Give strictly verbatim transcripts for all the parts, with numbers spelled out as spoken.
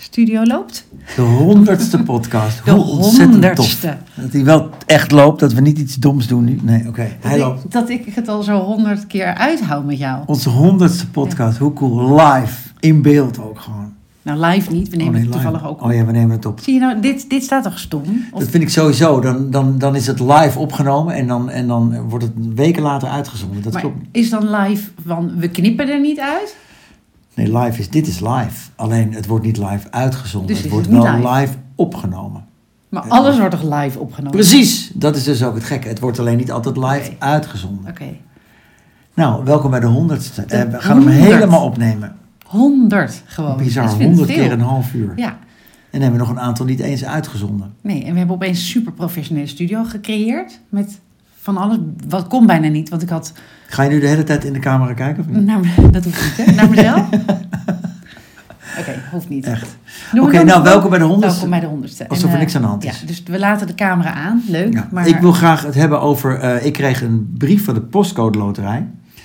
studio loopt. De honderdste podcast. De Hoe ontzettend honderdste. tof. Dat hij wel echt loopt, dat we niet iets doms doen nu. Nee, oké. Okay. Hij dat loopt. Ik, dat ik het al zo honderd keer uithoud met jou. Onze honderdste podcast. Ja. Hoe cool. Live. In beeld ook gewoon. Nou, live niet. We nemen oh, nee, het toevallig live. ook op. Oh ja, we nemen het op. Zie je nou, dit, dit staat toch stom? Of... Dat vind ik sowieso. Dan, dan, dan is het live opgenomen en dan, en dan wordt het weken later uitgezonden. Dat maar klopt. Is dan live van, we knippen er niet uit? Nee, live is, dit is live. Alleen het wordt niet live uitgezonden. Dus het wordt het wel live. live opgenomen. Maar het alles wordt toch live opgenomen? Precies, dat is dus ook het gekke. Het wordt alleen niet altijd live okay. uitgezonden. Oké. Okay. Nou, welkom bij de honderdste. De uh, we gaan honderd. hem helemaal opnemen. Honderd gewoon. Bizar, honderd keer een half uur. Ja. En dan hebben we nog een aantal niet eens uitgezonden. Nee, en we hebben opeens een super professionele studio gecreëerd. Met van alles. Wat kon bijna niet, want ik had... Ga je nu de hele tijd in de camera kijken of niet? Nou, dat hoeft niet, hè? Naar mezelf? Oké, okay, hoeft niet. Echt. Oké, okay, nou, welkom bij de honderdste. Welkom bij de honderdste. Alsof er niks aan de hand is. Ja, dus we laten de camera aan. Leuk. Ja, maar... Ik wil graag het hebben over... Uh, ik kreeg een brief van de Postcode Loterij.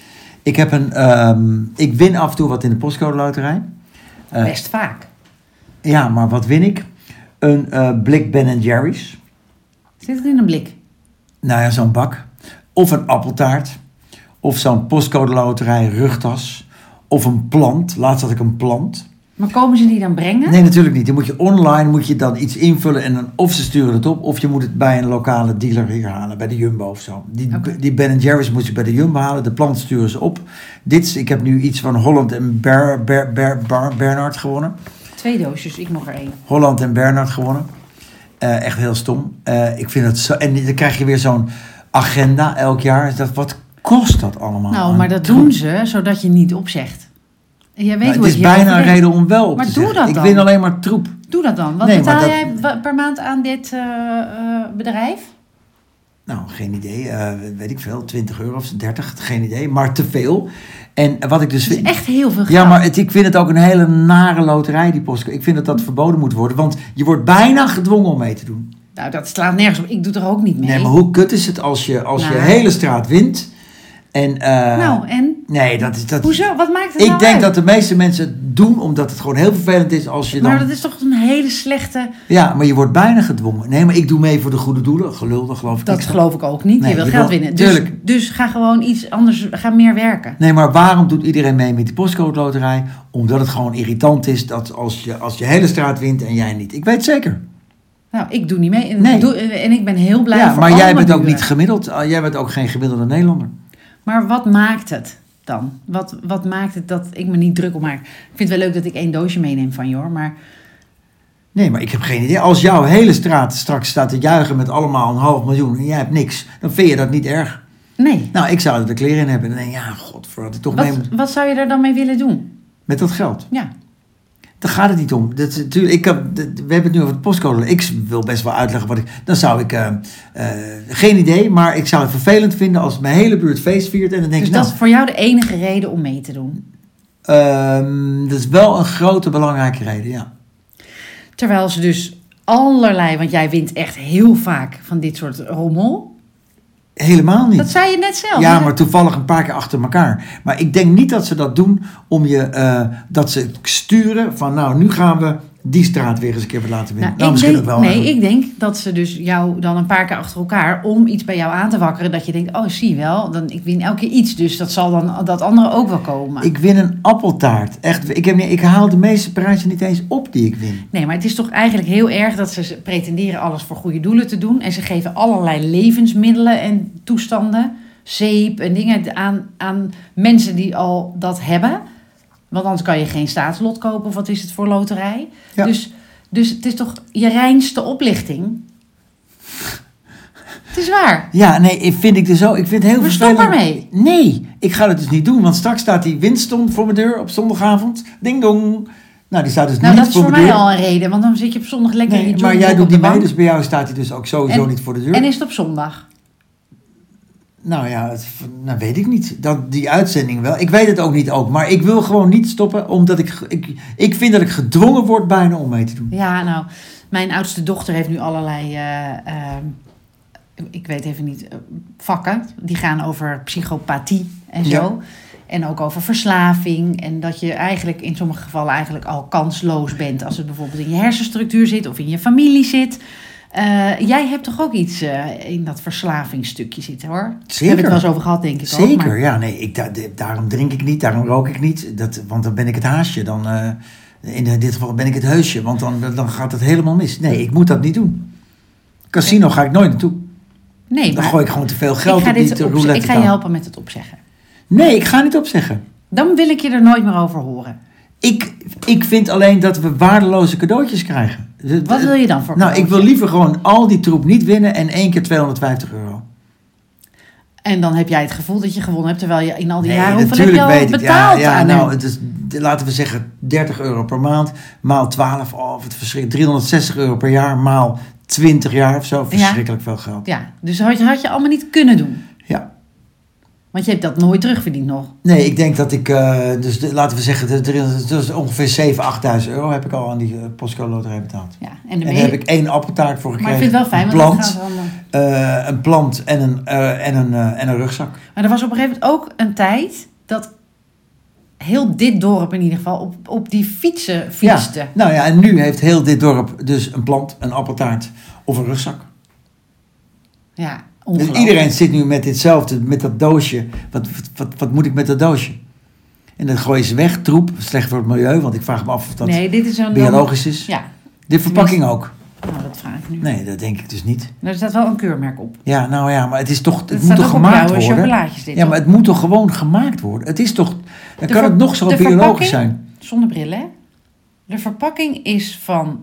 Ik heb een... Um, ik win af en toe wat in de Postcode Loterij. Uh, Best vaak. Ja, maar wat win ik? Een uh, blik Ben en Jerry's. Zit het in een blik? Nou ja, zo'n bak. Of een appeltaart. Of zo'n Postcode Loterij rugtas. Of een plant. Laatst had ik een plant. Maar komen ze die dan brengen? Nee, natuurlijk niet. Dan moet je online moet je dan iets invullen. En dan of ze sturen het op. Of je moet het bij een lokale dealer hier halen. Bij de Jumbo of zo. Die, okay. die Ben en Jerry's moet je bij de Jumbo halen. De plant sturen ze op. Dit is, ik heb nu iets van Holland en Ber, Ber, Ber, Ber, Bernard gewonnen. Twee doosjes, ik nog er één. Holland en Bernard gewonnen. Uh, echt heel stom. Uh, ik vind het zo... En dan krijg je weer zo'n agenda elk jaar. Dat, wat kost dat allemaal? Nou, maar dat doen ze zodat je niet opzegt. Jij weet nou, hoe het is bijna een reden om wel op maar te doe zeggen. dat dan. Ik win alleen maar troep. Doe dat dan. Wat nee, betaal dat... jij per maand aan dit uh, uh, bedrijf? Nou, geen idee. Uh, weet ik veel. twintig euro of dertig. Geen idee. Maar te veel. En wat ik dus vind... Het is echt heel veel geld. Ja, maar het, ik vind het ook een hele nare loterij, die Postcode. Ik vind dat dat verboden moet worden. Want je wordt bijna gedwongen om mee te doen. Nou, dat slaat nergens op. Ik doe er ook niet mee. Nee, maar hoe kut is het als je, als nou. je hele straat wint... En, uh, nou, en? Nee, dat is... Dat, Hoezo? Wat maakt het ik nou denk uit? dat de meeste mensen het doen omdat het gewoon heel vervelend is als je dan... Maar dat is toch een hele slechte... Ja, maar je wordt bijna gedwongen. Nee, maar ik doe mee voor de goede doelen. Gelul, dat geloof ik dat niet. Dat geloof ik ook niet. Nee, je wil je geld wil, winnen. Dus, dus ga gewoon iets anders... Ga meer werken. Nee, maar waarom doet iedereen mee met die Postcode Loterij? Omdat het gewoon irritant is dat als je, als je hele straat wint en jij niet. Ik weet het zeker. Nou, ik doe niet mee. En, nee. doe, en ik ben heel blij ja, voor maar jij bent buren. ook niet gemiddeld. Jij bent ook geen gemiddelde Nederlander. Maar wat maakt het dan? Wat, wat maakt het dat ik me niet druk om maak? Ik vind het wel leuk dat ik één doosje meeneem van je hoor, maar... Nee, maar ik heb geen idee. Als jouw hele straat straks staat te juichen met allemaal een half miljoen en jij hebt niks, dan vind je dat niet erg. Nee. Nou, ik zou er de kleren in hebben. En dan denk ik, ja, god, voor dat ik toch wat, mee moet... Wat zou je er dan mee willen doen? Met dat geld? Ja. Daar gaat het niet om. Dat is, natuurlijk, ik heb, we hebben het nu over het postcode. Ik wil best wel uitleggen wat ik... Dan zou ik... Uh, uh, geen idee, maar ik zou het vervelend vinden als mijn hele buurt feest viert. En dan denk dus ik, dat nou, is voor jou de enige reden om mee te doen? Uh, dat is wel een grote, belangrijke reden, ja. Terwijl ze dus allerlei... Want jij wint echt heel vaak van dit soort rommel... Helemaal niet. Dat zei je net zelf. Ja, hè? maar toevallig een paar keer achter elkaar. Maar ik denk niet dat ze dat doen om je... Uh, dat ze sturen van nou, nu gaan we die straat weer eens een keer wat laten winnen. Nou, nou, misschien denk, ook wel. Nee, aan. ik denk dat ze dus jou dan een paar keer achter elkaar... om iets bij jou aan te wakkeren. Dat je denkt, oh zie je wel, dan, ik win elke keer iets. Dus dat zal dan dat andere ook wel komen. Ik win een appeltaart. Echt, ik, heb niet, ik haal de meeste prijzen niet eens op die ik win. Nee, maar het is toch eigenlijk heel erg dat ze pretenderen alles voor goede doelen te doen. En ze geven allerlei levensmiddelen en toestanden, zeep en dingen aan, aan mensen die al dat hebben. Want anders kan je geen staatslot kopen of wat is het voor loterij. Ja. Dus, dus het is toch je reinste oplichting. Het is waar. Ja, nee, vind ik dus zo. Ik vind het heel maar vervelend. stop ermee. Nee, ik ga dat dus niet doen. Want straks staat die windstond voor mijn deur op zondagavond. Ding dong. Nou, die staat dus nou, niet voor voor mijn deur. deur. Nou, dat is voor mij al een reden. Want dan zit je op zondag lekker Nee, in je maar jij doet die niet mee, dus bij jou staat hij dus ook sowieso en, niet voor de deur. En is het op zondag? Nou ja, het, nou weet ik niet. Dat, die uitzending wel. Ik weet het ook niet ook. Maar ik wil gewoon niet stoppen, omdat ik, ik... Ik vind dat ik gedwongen word bijna om mee te doen. Ja, nou, mijn oudste dochter heeft nu allerlei... Uh, uh, ik weet even niet, uh, vakken. Die gaan over psychopathie en zo. Ja. En ook over verslaving. En dat je eigenlijk in sommige gevallen eigenlijk al kansloos bent. Als het bijvoorbeeld in je hersenstructuur zit of in je familie zit. Uh, jij hebt toch ook iets uh, in dat verslavingsstukje zitten, hoor. Zeker. We hebben het wel eens over gehad, denk ik. Zeker, ook, maar... ja. Nee, ik, da, de, daarom drink ik niet, daarom rook ik niet. Dat, want dan ben ik het haasje. Dan, uh, in dit geval ben ik het heusje. Want dan, dan gaat het helemaal mis. Nee, ik moet dat niet doen. Casino ga ik nooit naartoe. Nee, dan gooi ik gewoon te veel geld ik ga op dit die op, roulette. Ik ga je helpen met het opzeggen. Nee, ik ga niet opzeggen. Dan wil ik je er nooit meer over horen. Ik, ik vind alleen dat we waardeloze cadeautjes krijgen. Wat wil je dan voor Nou, ik wil liever gewoon al die troep niet winnen en één keer tweehonderdvijftig euro. En dan heb jij het gevoel dat je gewonnen hebt, terwijl je in al die nee, jaren hoeveel heb je al weet betaald ik. Ja, ja, aan nou, het is, laten we zeggen dertig euro per maand, maal twaalf, oh, wat verschrikkelijk. driehonderdzestig euro per jaar, maal twintig jaar of zo. Verschrikkelijk ja. veel geld. Ja, dus had je, had je allemaal niet kunnen doen. Ja. Want je hebt dat nooit terugverdiend nog. Nee, ik denk dat ik, uh, dus de, laten we zeggen, dat is ongeveer zevenduizend, achtduizend euro heb ik al aan die uh, postcode loterij betaald. Ja, en, de en daar heb ik één appeltaart voor gekregen. Maar ik vind het wel fijn, een want plant, dat gaat allemaal... uh, een plant en een, uh, en, een, uh, en een rugzak. Maar er was op een gegeven moment ook een tijd dat heel dit dorp in ieder geval op, op die fietsen fietste. Ja, nou ja, en nu heeft heel dit dorp dus een plant, een appeltaart of een rugzak. Ja. Dus iedereen zit nu met ditzelfde, met dat doosje. Wat, wat, wat, wat moet ik met dat doosje? En dan gooien ze weg, troep, slecht voor het milieu. Want ik vraag me af of dat nee, dit is een biologisch is. Ja. De verpakking ook. Nou, dat vraag ik nu. Nee, dat denk ik dus niet. Er staat wel een keurmerk op. Ja, nou ja, maar het is toch, het dat moet toch gemaakt worden? Chocolaatjes dit, ja, maar het moet toch gewoon gemaakt worden? Het is toch, dan de kan het nog zo biologisch zijn. Zonder bril, hè? De verpakking is van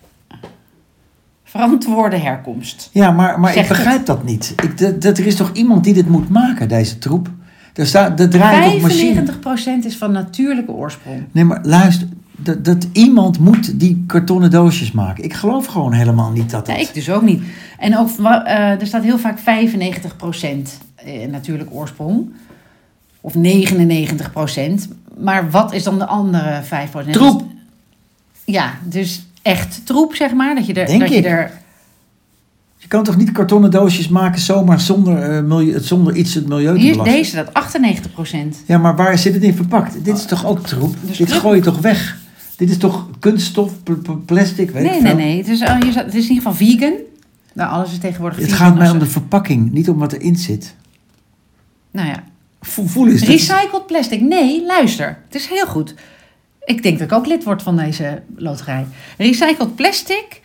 verantwoorde herkomst. Ja, maar, maar ik begrijp het. dat niet. Ik, dat, dat, er is toch iemand die dit moet maken, deze troep? Er staat, er draait op machine. vijfennegentig procent is van natuurlijke oorsprong. Nee, maar luister, dat, dat iemand moet die kartonnen doosjes maken. Ik geloof gewoon helemaal niet dat dat... Ja, ik dus ook niet. En ook, uh, er staat heel vaak vijfennegentig procent natuurlijk oorsprong. Of negenennegentig procent. Maar wat is dan de andere vijf procent? Troep. Ja, dus echt troep, zeg maar. Dat je er... Denk dat ik. Je er Je kan toch niet kartonnen doosjes maken zomaar zonder, uh, milieu, zonder iets het milieu te Hier belasten? is deze, dat achtennegentig procent. Ja, maar waar zit het in verpakt? Dit is toch ook troep? Dus Dit troep? gooi je toch weg? Dit is toch kunststof, p- p- plastic, weet Nee, ik nee, veel? nee. Het is, uh, je zat, het is in ieder geval vegan. Nou, alles is tegenwoordig Het vegan. gaat mij als om de ze- verpakking, niet om wat erin zit. Nou ja. Voel, voel eens. dat- Recycled plastic. Nee, luister. Het is heel goed. Ik denk dat ik ook lid word van deze loterij. Recycled plastic.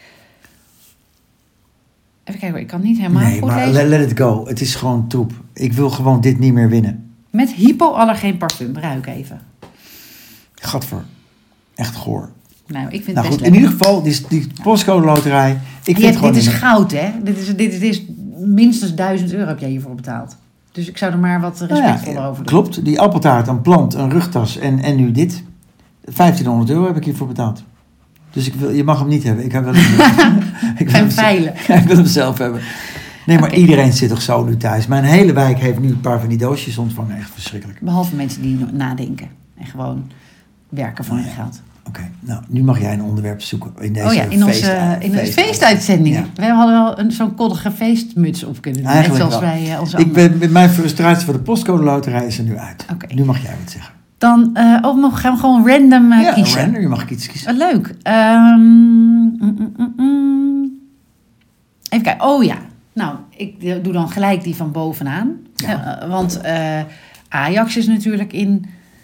Even kijken, ik kan het niet helemaal Nee, goed maar lezen. let, let it go. Het is gewoon troep. Ik wil gewoon dit niet meer winnen. Met hypoallergeen parfum. Ruik even. Gadver. Echt goor. Nou, ik vind het Nou best goed, in lekker. ieder geval, die, die postcode loterij. Ik vind Ja, het gewoon dit is niet- goud, hè? Dit is, dit, is, dit is minstens duizend euro heb jij hiervoor betaald. Dus ik zou er maar wat Nou respectvoller ja, over doen. klopt, die appeltaart, een plant, een rugtas en, en nu dit. vijftienhonderd euro heb ik hiervoor betaald. Dus ik wil, je mag hem niet hebben. Ik, heb wel hem, ik, wil En hem, veilen. ja, ik wil hem zelf hebben. Nee, maar Oké. iedereen zit toch zo nu thuis. Mijn hele wijk heeft nu een paar van die doosjes ontvangen. Echt verschrikkelijk. Behalve mensen die nadenken. En gewoon werken van Oh, hun ja. geld. Oké, nou, nu mag jij een onderwerp zoeken in deze Oh ja, in onze feest- in een feest- feestuitzending. Ja. We hadden wel een, zo'n koddige feestmuts op kunnen doen. Eigenlijk net zoals wel. wij uh, onze Ik andere. ben, mijn frustratie voor de postcode loterij is er nu uit. Oké. Nu mag jij wat zeggen. Dan uh, oh, we gaan we gewoon random uh, ja, kiezen. random, je mag iets kiezen. Uh, leuk. Ehm, mm, mm, mm, mm. Even kijken. Oh ja. Nou, ik doe dan gelijk die van bovenaan. Ja. Uh, want uh, Ajax is natuurlijk in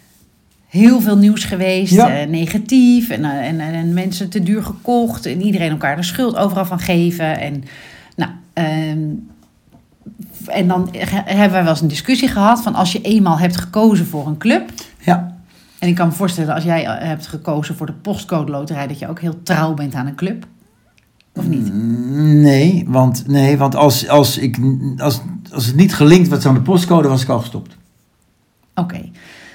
heel veel nieuws geweest. Ja. Uh, negatief. En, uh, en, en, en mensen te duur gekocht. En iedereen elkaar de schuld overal van geven. En nou... Um, en dan hebben wij wel eens een discussie gehad van als je eenmaal hebt gekozen voor een club. Ja. En ik kan me voorstellen als jij hebt gekozen voor de postcode loterij dat je ook heel trouw bent aan een club. Of niet? Nee, want, nee, want als, als, ik, als, als het niet gelinkt was aan de postcode, was ik al gestopt. Oké. Okay.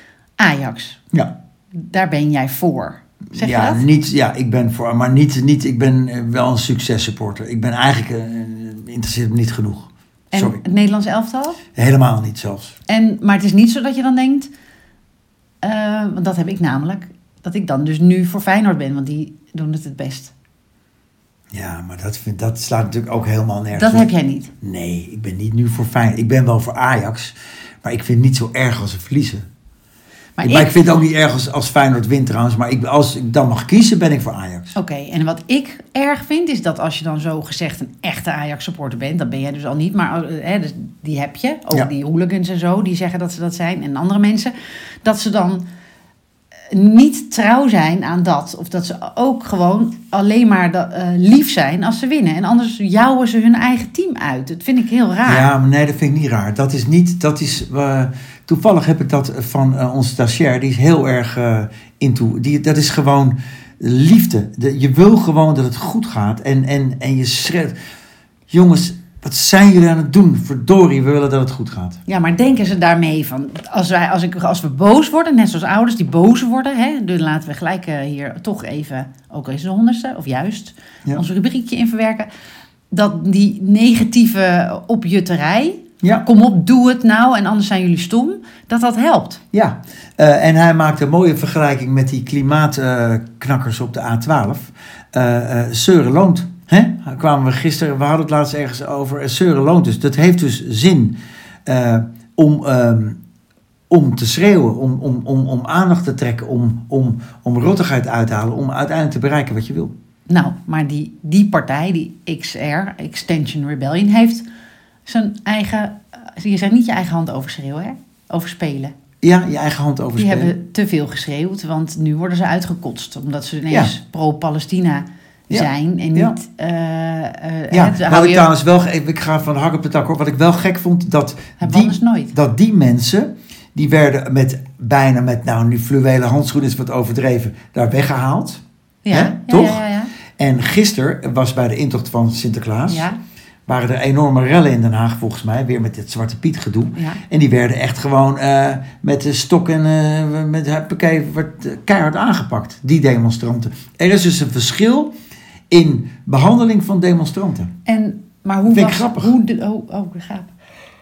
Ajax. Ja. Daar ben jij voor. Zeg ja, je dat? Niet, ja, ik ben voor, maar niet, niet, ik ben wel een successupporter. Ik ben eigenlijk, uh, interesseert me niet genoeg. En Sorry. het Nederlands elftal? Helemaal niet zelfs. En, maar het is niet zo dat je dan denkt, uh, want dat heb ik namelijk, dat ik dan dus nu voor Feyenoord ben, want die doen het het best. Ja, maar dat, vind, dat slaat natuurlijk ook helemaal nergens Dat op. heb jij niet? Nee, ik ben niet nu voor Feyenoord. Ik ben wel voor Ajax, maar ik vind het niet zo erg als ze verliezen. Maar, maar ik, ik vind het ook niet erg als, als Feyenoord wint trouwens. Maar ik, als ik dan mag kiezen, ben ik voor Ajax. Oké, okay, en wat ik erg vind, is dat als je dan zo gezegd een echte Ajax-supporter bent... dat ben jij dus al niet, maar hè, dus die heb je. Ook ja. die hooligans en zo, die zeggen dat ze dat zijn. En andere mensen, dat ze dan niet trouw zijn aan dat. Of dat ze ook gewoon alleen maar de, uh, lief zijn als ze winnen. En anders jouwen ze hun eigen team uit. Dat vind ik heel raar. Ja, maar nee, dat vind ik niet raar. Dat is niet... Dat is, uh, toevallig heb ik dat van uh, onze stagiair. Die is heel erg uh, into. Die, dat is gewoon liefde. De, je wil gewoon dat het goed gaat. En, en, en je schreeuwt... Jongens... Wat zijn jullie aan het doen? Verdorie, we willen dat het goed gaat. Ja, maar denken ze daarmee van... Als, wij, als, ik, als we boos worden, net zoals ouders die boos worden... Hè, dan laten we gelijk uh, hier toch even... Ook eens de honderdste, of juist... Ja. Ons rubriekje in verwerken. Dat die negatieve opjutterij... Ja. Kom op, doe het nou en anders zijn jullie stom. Dat dat helpt. Ja, uh, en hij maakte een mooie vergelijking... met die klimaatknakkers uh, op de A twaalf. Uh, uh, Seuren loont. Hè? Kwamen we gisteren, we hadden het laatst ergens over Seuren loont dus. Dat heeft dus zin uh, om, um, om te schreeuwen, om, om, om, om aandacht te trekken, om, om, om rottigheid uit te halen, om uiteindelijk te bereiken wat je wil. Nou, maar die, die partij, die X R, Extinction Rebellion, heeft zijn eigen, je zegt niet je eigen hand overschreeuwen, hè? Overspelen. Ja, je eigen hand overspelen. Die hebben te veel geschreeuwd, want nu worden ze uitgekotst, omdat ze ineens ja. pro-Palestina zijn ja. en niet... Ja, uh, uh, ja. Het, wat ik trouwens wel... Ik ga van de hak op de tak hoor. Wat ik wel gek vond, dat die, nooit. dat die mensen... die werden met bijna met... nou, nu fluwelen handschoenen is wat overdreven... daar weggehaald. Ja, hè? Ja, toch? Ja, ja, ja. En gisteren was bij de intocht van Sinterklaas... Ja. waren er enorme rellen in Den Haag volgens mij. Weer met dit Zwarte Piet gedoe. Ja. En die werden echt gewoon uh, met de stok en uh, met huppakee, werd keihard aangepakt. Die demonstranten. Er is dus een verschil... in behandeling van demonstranten. En, maar hoe vind was... ik grappig. Hoe de, oh, oh, de gaap.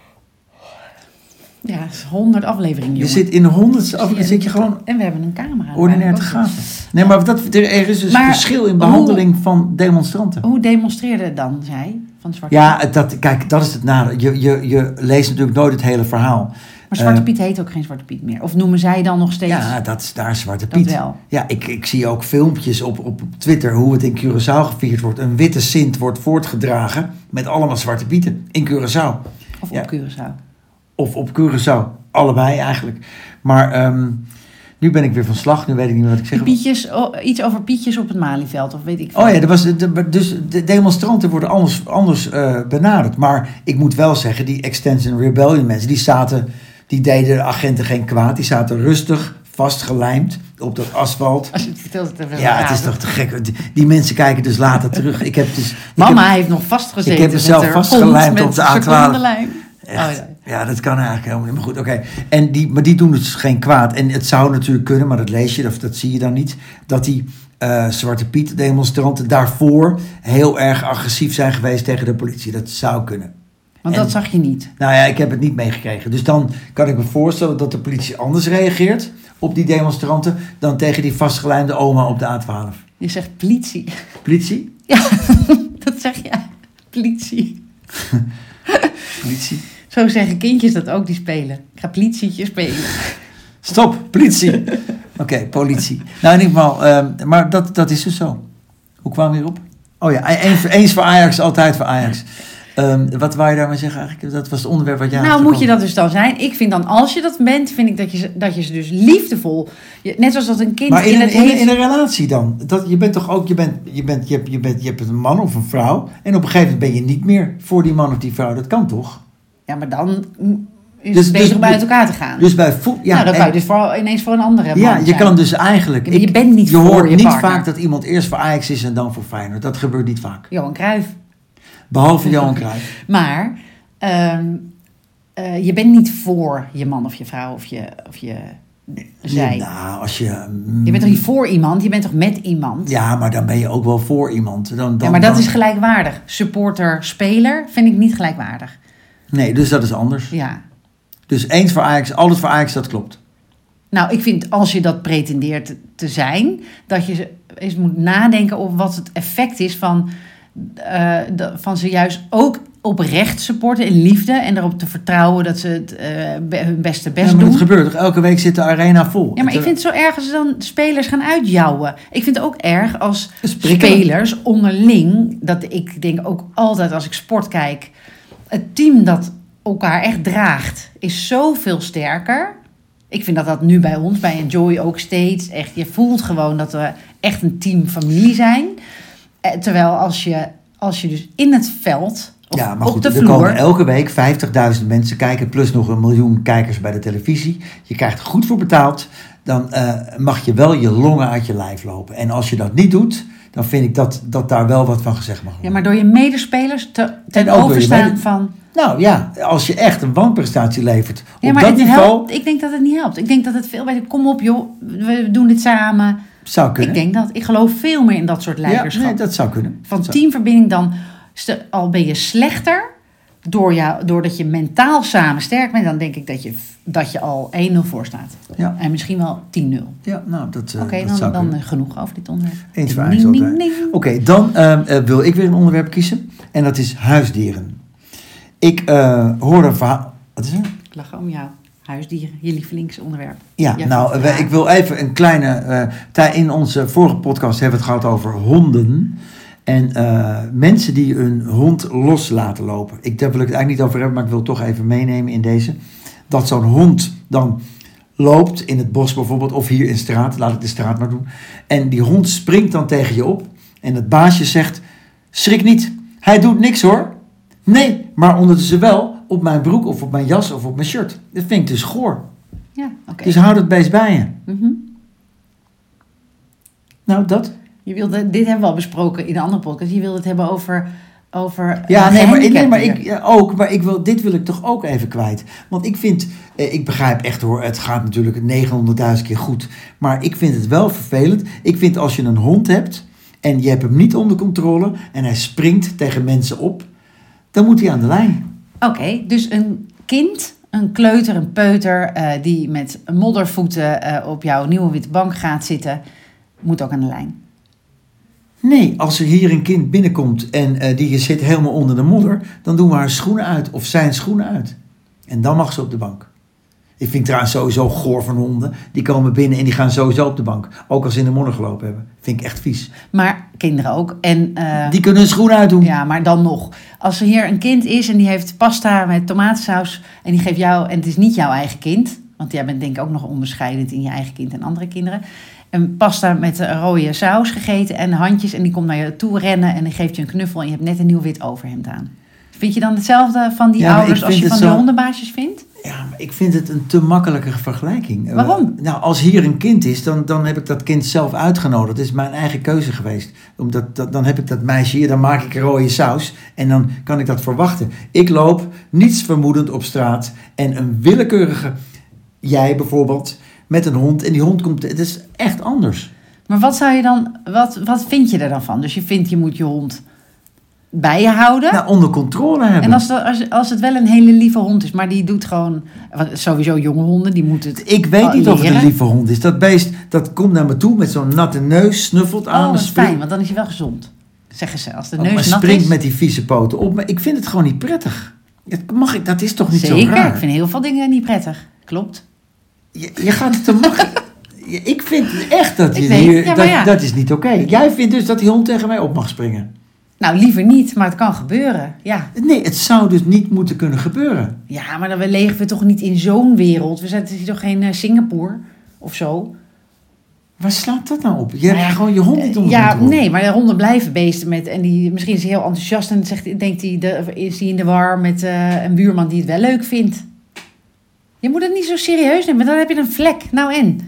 Ja, het is honderd afleveringen, jongen. Je zit in de honderdste aflevering, zit je gewoon... En we hebben een camera. Ordinair te gaven. Nee, maar dat, er is dus maar, een verschil in behandeling hoe, van demonstranten. Hoe demonstreerde dan zij van Zwarte Ja, dat, kijk, dat is het nadeel. Je, je, je leest natuurlijk nooit het hele verhaal. Maar Zwarte Piet uh, heet ook geen Zwarte Piet meer. Of noemen zij dan nog steeds... Ja, dat is daar Zwarte Piet. Dat wel. Ja, ik, ik zie ook filmpjes op, op Twitter hoe het in Curaçao gevierd wordt. Een witte Sint wordt voortgedragen met allemaal Zwarte Pieten in Curaçao. Of ja. op Curaçao. Of op Curaçao. Allebei eigenlijk. Maar um, nu ben ik weer van slag. Nu weet ik niet meer wat ik zeg. Pietjes, oh, iets over Pietjes op het Malieveld of weet ik veel. Oh ja, er was, de, dus de demonstranten worden anders, anders uh, benaderd. Maar ik moet wel zeggen, die Extinction Rebellion mensen, die zaten... Die deden de agenten geen kwaad. Die zaten rustig, vastgelijmd op dat asfalt. Als je het vertelt, het ja, het is toch te gek. Die, die mensen kijken dus later terug. Ik heb dus, ik Mama heb, heeft nog vastgezeten. Ik heb mezelf vastgelijmd op de A twaalf. Echt, oh, ja. ja, dat kan eigenlijk helemaal niet. Maar goed, oké. Okay. Die, maar die doen dus geen kwaad. En het zou natuurlijk kunnen, maar dat lees je, of dat zie je dan niet. Dat die uh, Zwarte Piet demonstranten daarvoor heel erg agressief zijn geweest tegen de politie. Dat zou kunnen. Want en, dat zag je niet. Nou ja, ik heb het niet meegekregen. Dus dan kan ik me voorstellen dat de politie anders reageert op die demonstranten dan tegen die vastgelijmde oma op de A twaalf. Je zegt politie. Politie? Ja, dat zeg je. Politie. Politie? Zo zeggen kindjes dat ook, die spelen. Ik ga politietje spelen. Stop, politie. Oké, okay, politie. Nou, in ieder geval, um, maar dat, dat is dus zo. Hoe kwam we hierop? Oh ja, eens voor Ajax, altijd voor Ajax. Um, wat wou je daarmee zeggen eigenlijk? Dat was het onderwerp wat jij Nou, moet je dat dus dan zijn? Ik vind dan, als je dat bent, vind ik dat je, dat je ze dus liefdevol... Je, net zoals dat een kind... Maar in, in, een, het in, heeft... in een relatie dan? Dat, je bent toch ook... Je, bent, je, bent, je, hebt, je, bent, je hebt een man of een vrouw... en op een gegeven moment ben je niet meer voor die man of die vrouw. Dat kan toch? Ja, maar dan... Is dus, het beter dus, om uit elkaar te gaan. Dus bij voet, ja, nou, dan kan je dus voor, ineens voor een andere man Ja, je zijn. kan dus eigenlijk... Je ik, bent niet je voor hoort je niet partner. vaak dat iemand eerst voor Ajax is en dan voor Feyenoord. Dat gebeurt niet vaak. Johan Cruijff. Behalve Johan Cruijff. Maar um, uh, je bent niet voor je man of je vrouw of je, of je zij. Nou, als je... Mm, je bent toch niet voor iemand? Je bent toch met iemand? Ja, maar dan ben je ook wel voor iemand. Dan, dan, ja, maar dat dan... is gelijkwaardig. Supporter, speler vind ik niet gelijkwaardig. Nee, dus dat is anders. Ja. Dus eens voor Ajax, alles voor Ajax, dat klopt. Nou, ik vind als je dat pretendeert te zijn, dat je eens moet nadenken over wat het effect is van, uh, de, van ze juist ook oprecht supporten in liefde en erop te vertrouwen dat ze het, uh, be- hun beste best ja, maar doen. dat gebeurt toch? Elke week zit de arena vol. Ja, maar ik vind het zo erg als ze dan spelers gaan uitjouwen. Ik vind het ook erg als Sprikken. spelers onderling, dat ik denk ook altijd als ik sport kijk, het team dat elkaar echt draagt, is zoveel sterker. Ik vind dat dat nu bij ons, bij Enjoy ook steeds echt, je voelt gewoon dat we echt een team familie zijn. Terwijl als je, als je dus in het veld of ja, maar op goed, de er vloer... komen elke week vijftigduizend mensen kijken, plus nog een miljoen kijkers bij de televisie. Je krijgt er goed voor betaald. Dan uh, mag je wel je longen uit je lijf lopen. En als je dat niet doet, dan vind ik dat, dat daar wel wat van gezegd mag worden. Ja, maar door je medespelers te, ten ook door je overstaan mede- van... Nou ja, als je echt een wanprestatie levert Ja, op maar dat het niveau, helpt, ik denk dat het niet helpt. Ik denk dat het veel beter... Kom op joh, we doen dit samen. zou kunnen. Ik denk dat. Ik geloof veel meer in dat soort leiderschap. Ja, nee, dat zou kunnen. Van Zo. teamverbinding dan... Ste- al ben je slechter... Door jou, doordat je mentaal samen sterk bent... dan denk ik dat je, dat je al één nul voor staat. Ja. En misschien wel tien nul. Ja, nou, dat, uh, Oké, dat dan, zou dan kunnen. uh, genoeg over dit onderwerp. Eens waar, Ding, eens ding, altijd. ding. Oké, dan uh, uh, wil ik weer een onderwerp kiezen. En dat is huisdieren. Ik uh, hoorde een verhaal... Wat is er? Ik lach om jou. Huisdieren, je lievelingsonderwerp. Ja, Ja, nou, ja. we- ik wil even een kleine... Uh, tij- in onze vorige podcast hebben we het gehad over honden. En uh, mensen die hun hond los laten lopen. Ik, daar wil ik het eigenlijk niet over hebben, maar ik wil het toch even meenemen in deze. Dat zo'n hond dan loopt in het bos bijvoorbeeld, of hier in de straat, laat ik de straat maar doen. En die hond springt dan tegen je op. En het baasje zegt, schrik niet, hij doet niks hoor. Nee, maar ondertussen wel op mijn broek of op mijn jas of op mijn shirt. Dat vind ik dus goor. Ja, oké. Dus houd het beest bij je. Mhm. Nou, dat... Je wilde, dit hebben we al besproken in een andere podcast. Je wilde het hebben over... over Ja, uh, nee, maar, ik, nee, maar gehandicapten. ik ja, ook, maar ik wil, dit wil ik toch ook even kwijt. Want ik vind, eh, ik begrijp echt hoor, het gaat natuurlijk negenhonderdduizend keer goed. Maar ik vind het wel vervelend. Ik vind als je een hond hebt en je hebt hem niet onder controle en hij springt tegen mensen op, dan moet hij aan de lijn. Oké, dus een kind, een kleuter, een peuter... Uh, die met moddervoeten uh, op jouw nieuwe witte bank gaat zitten... moet ook aan de lijn. Nee, als er hier een kind binnenkomt en uh, die zit helemaal onder de modder, dan doen we haar schoenen uit of zijn schoenen uit. En dan mag ze op de bank. Ik vind trouwens sowieso goor van honden. Die komen binnen en die gaan sowieso op de bank. Ook als ze in de modder gelopen hebben. Vind ik echt vies. Maar kinderen ook. En, uh, Die kunnen hun schoenen uitdoen. ja, maar dan nog. Als er hier een kind is en die heeft pasta met tomatensaus... en die geeft jou, en het is niet jouw eigen kind... want jij bent denk ik ook nog onderscheidend in je eigen kind en andere kinderen... een pasta met een rode saus gegeten en handjes... en die komt naar je toe rennen en die geeft je een knuffel... en je hebt net een nieuw wit overhemd aan. Vind je dan hetzelfde van die Ja, maar ouders ik als je vind van het die zo- hondenbaasjes vindt? Ja, maar ik vind het een te makkelijke vergelijking. Waarom? Uh, nou, als hier een kind is, dan, dan heb ik dat kind zelf uitgenodigd. Dat is mijn eigen keuze geweest. Omdat, dat, dan heb ik dat meisje hier, dan maak ik rode saus. En dan kan ik dat verwachten. Ik loop niets vermoedend op straat. En een willekeurige, jij bijvoorbeeld, met een hond. En die hond komt, het is echt anders. Maar wat zou je dan, wat, wat vind je er dan van? Dus je vindt je moet je hond bij je houden... Nou, onder controle hebben. En als, dat, als, als het wel een hele lieve hond is, maar die doet gewoon... want sowieso jonge honden, die moeten het Ik weet niet of het een leren. lieve hond is. Dat beest, dat komt naar me toe met zo'n natte neus, snuffelt aan Oh, me. dat is springt- fijn, want dan is hij wel gezond. Zeggen ze, als de Oh, neus maar nat springt is. met die vieze poten op. Maar ik vind het gewoon niet prettig. Dat, mag ik, dat is toch niet Zeker, zo raar? ik vind heel veel dingen niet prettig. Klopt. Je, je gaat het te makkelijk... Je- ik vind echt dat Ik je weet, hier... ja, maar dat, ja. dat is niet oké. Jij vindt dus dat die hond tegen mij op mag springen. Nou, liever niet, maar het kan gebeuren. Ja, Nee, het zou dus niet moeten kunnen gebeuren. ja maar dan leven we toch niet in zo'n wereld. We zijn het is toch geen uh, Singapore of zo? Waar slaat dat nou op? Je Nou hebt ja, gewoon je hond niet onder Ja, controle. nee, maar de honden blijven beesten met... en die, misschien is hij heel enthousiast en zegt, denkt hij, de, is hij in de war met uh, een buurman die het wel leuk vindt. Je moet het niet zo serieus nemen, want dan heb je een vlek. Nou en?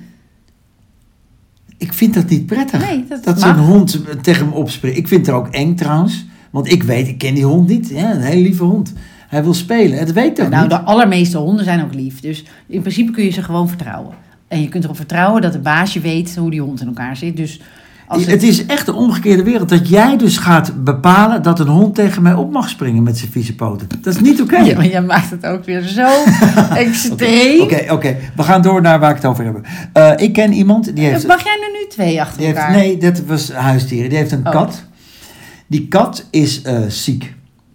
Ik vind dat niet prettig. Nee, dat dat mag. zo'n hond tegen hem opspringt. Ik vind het er ook eng trouwens. Want ik weet, ik ken die hond niet. Ja, een hele lieve hond. Hij wil spelen. Het weet ook Nou, niet. de allermeeste honden zijn ook lief. Dus in principe kun je ze gewoon vertrouwen. En je kunt erop vertrouwen dat de baasje weet hoe die hond in elkaar zit. Dus als Het is echt de omgekeerde wereld. Dat jij dus gaat bepalen dat een hond tegen mij op mag springen met zijn vieze poten. Dat is niet oké. Ja, maar jij maakt het ook weer zo extreem. Oké, oké, oké. We gaan door naar waar ik het over heb. Uh, ik ken iemand die heeft... Mag jij er nu twee achter die heeft elkaar? nee, dat was huisdieren. Die heeft een Oh. kat. Die kat is uh, ziek.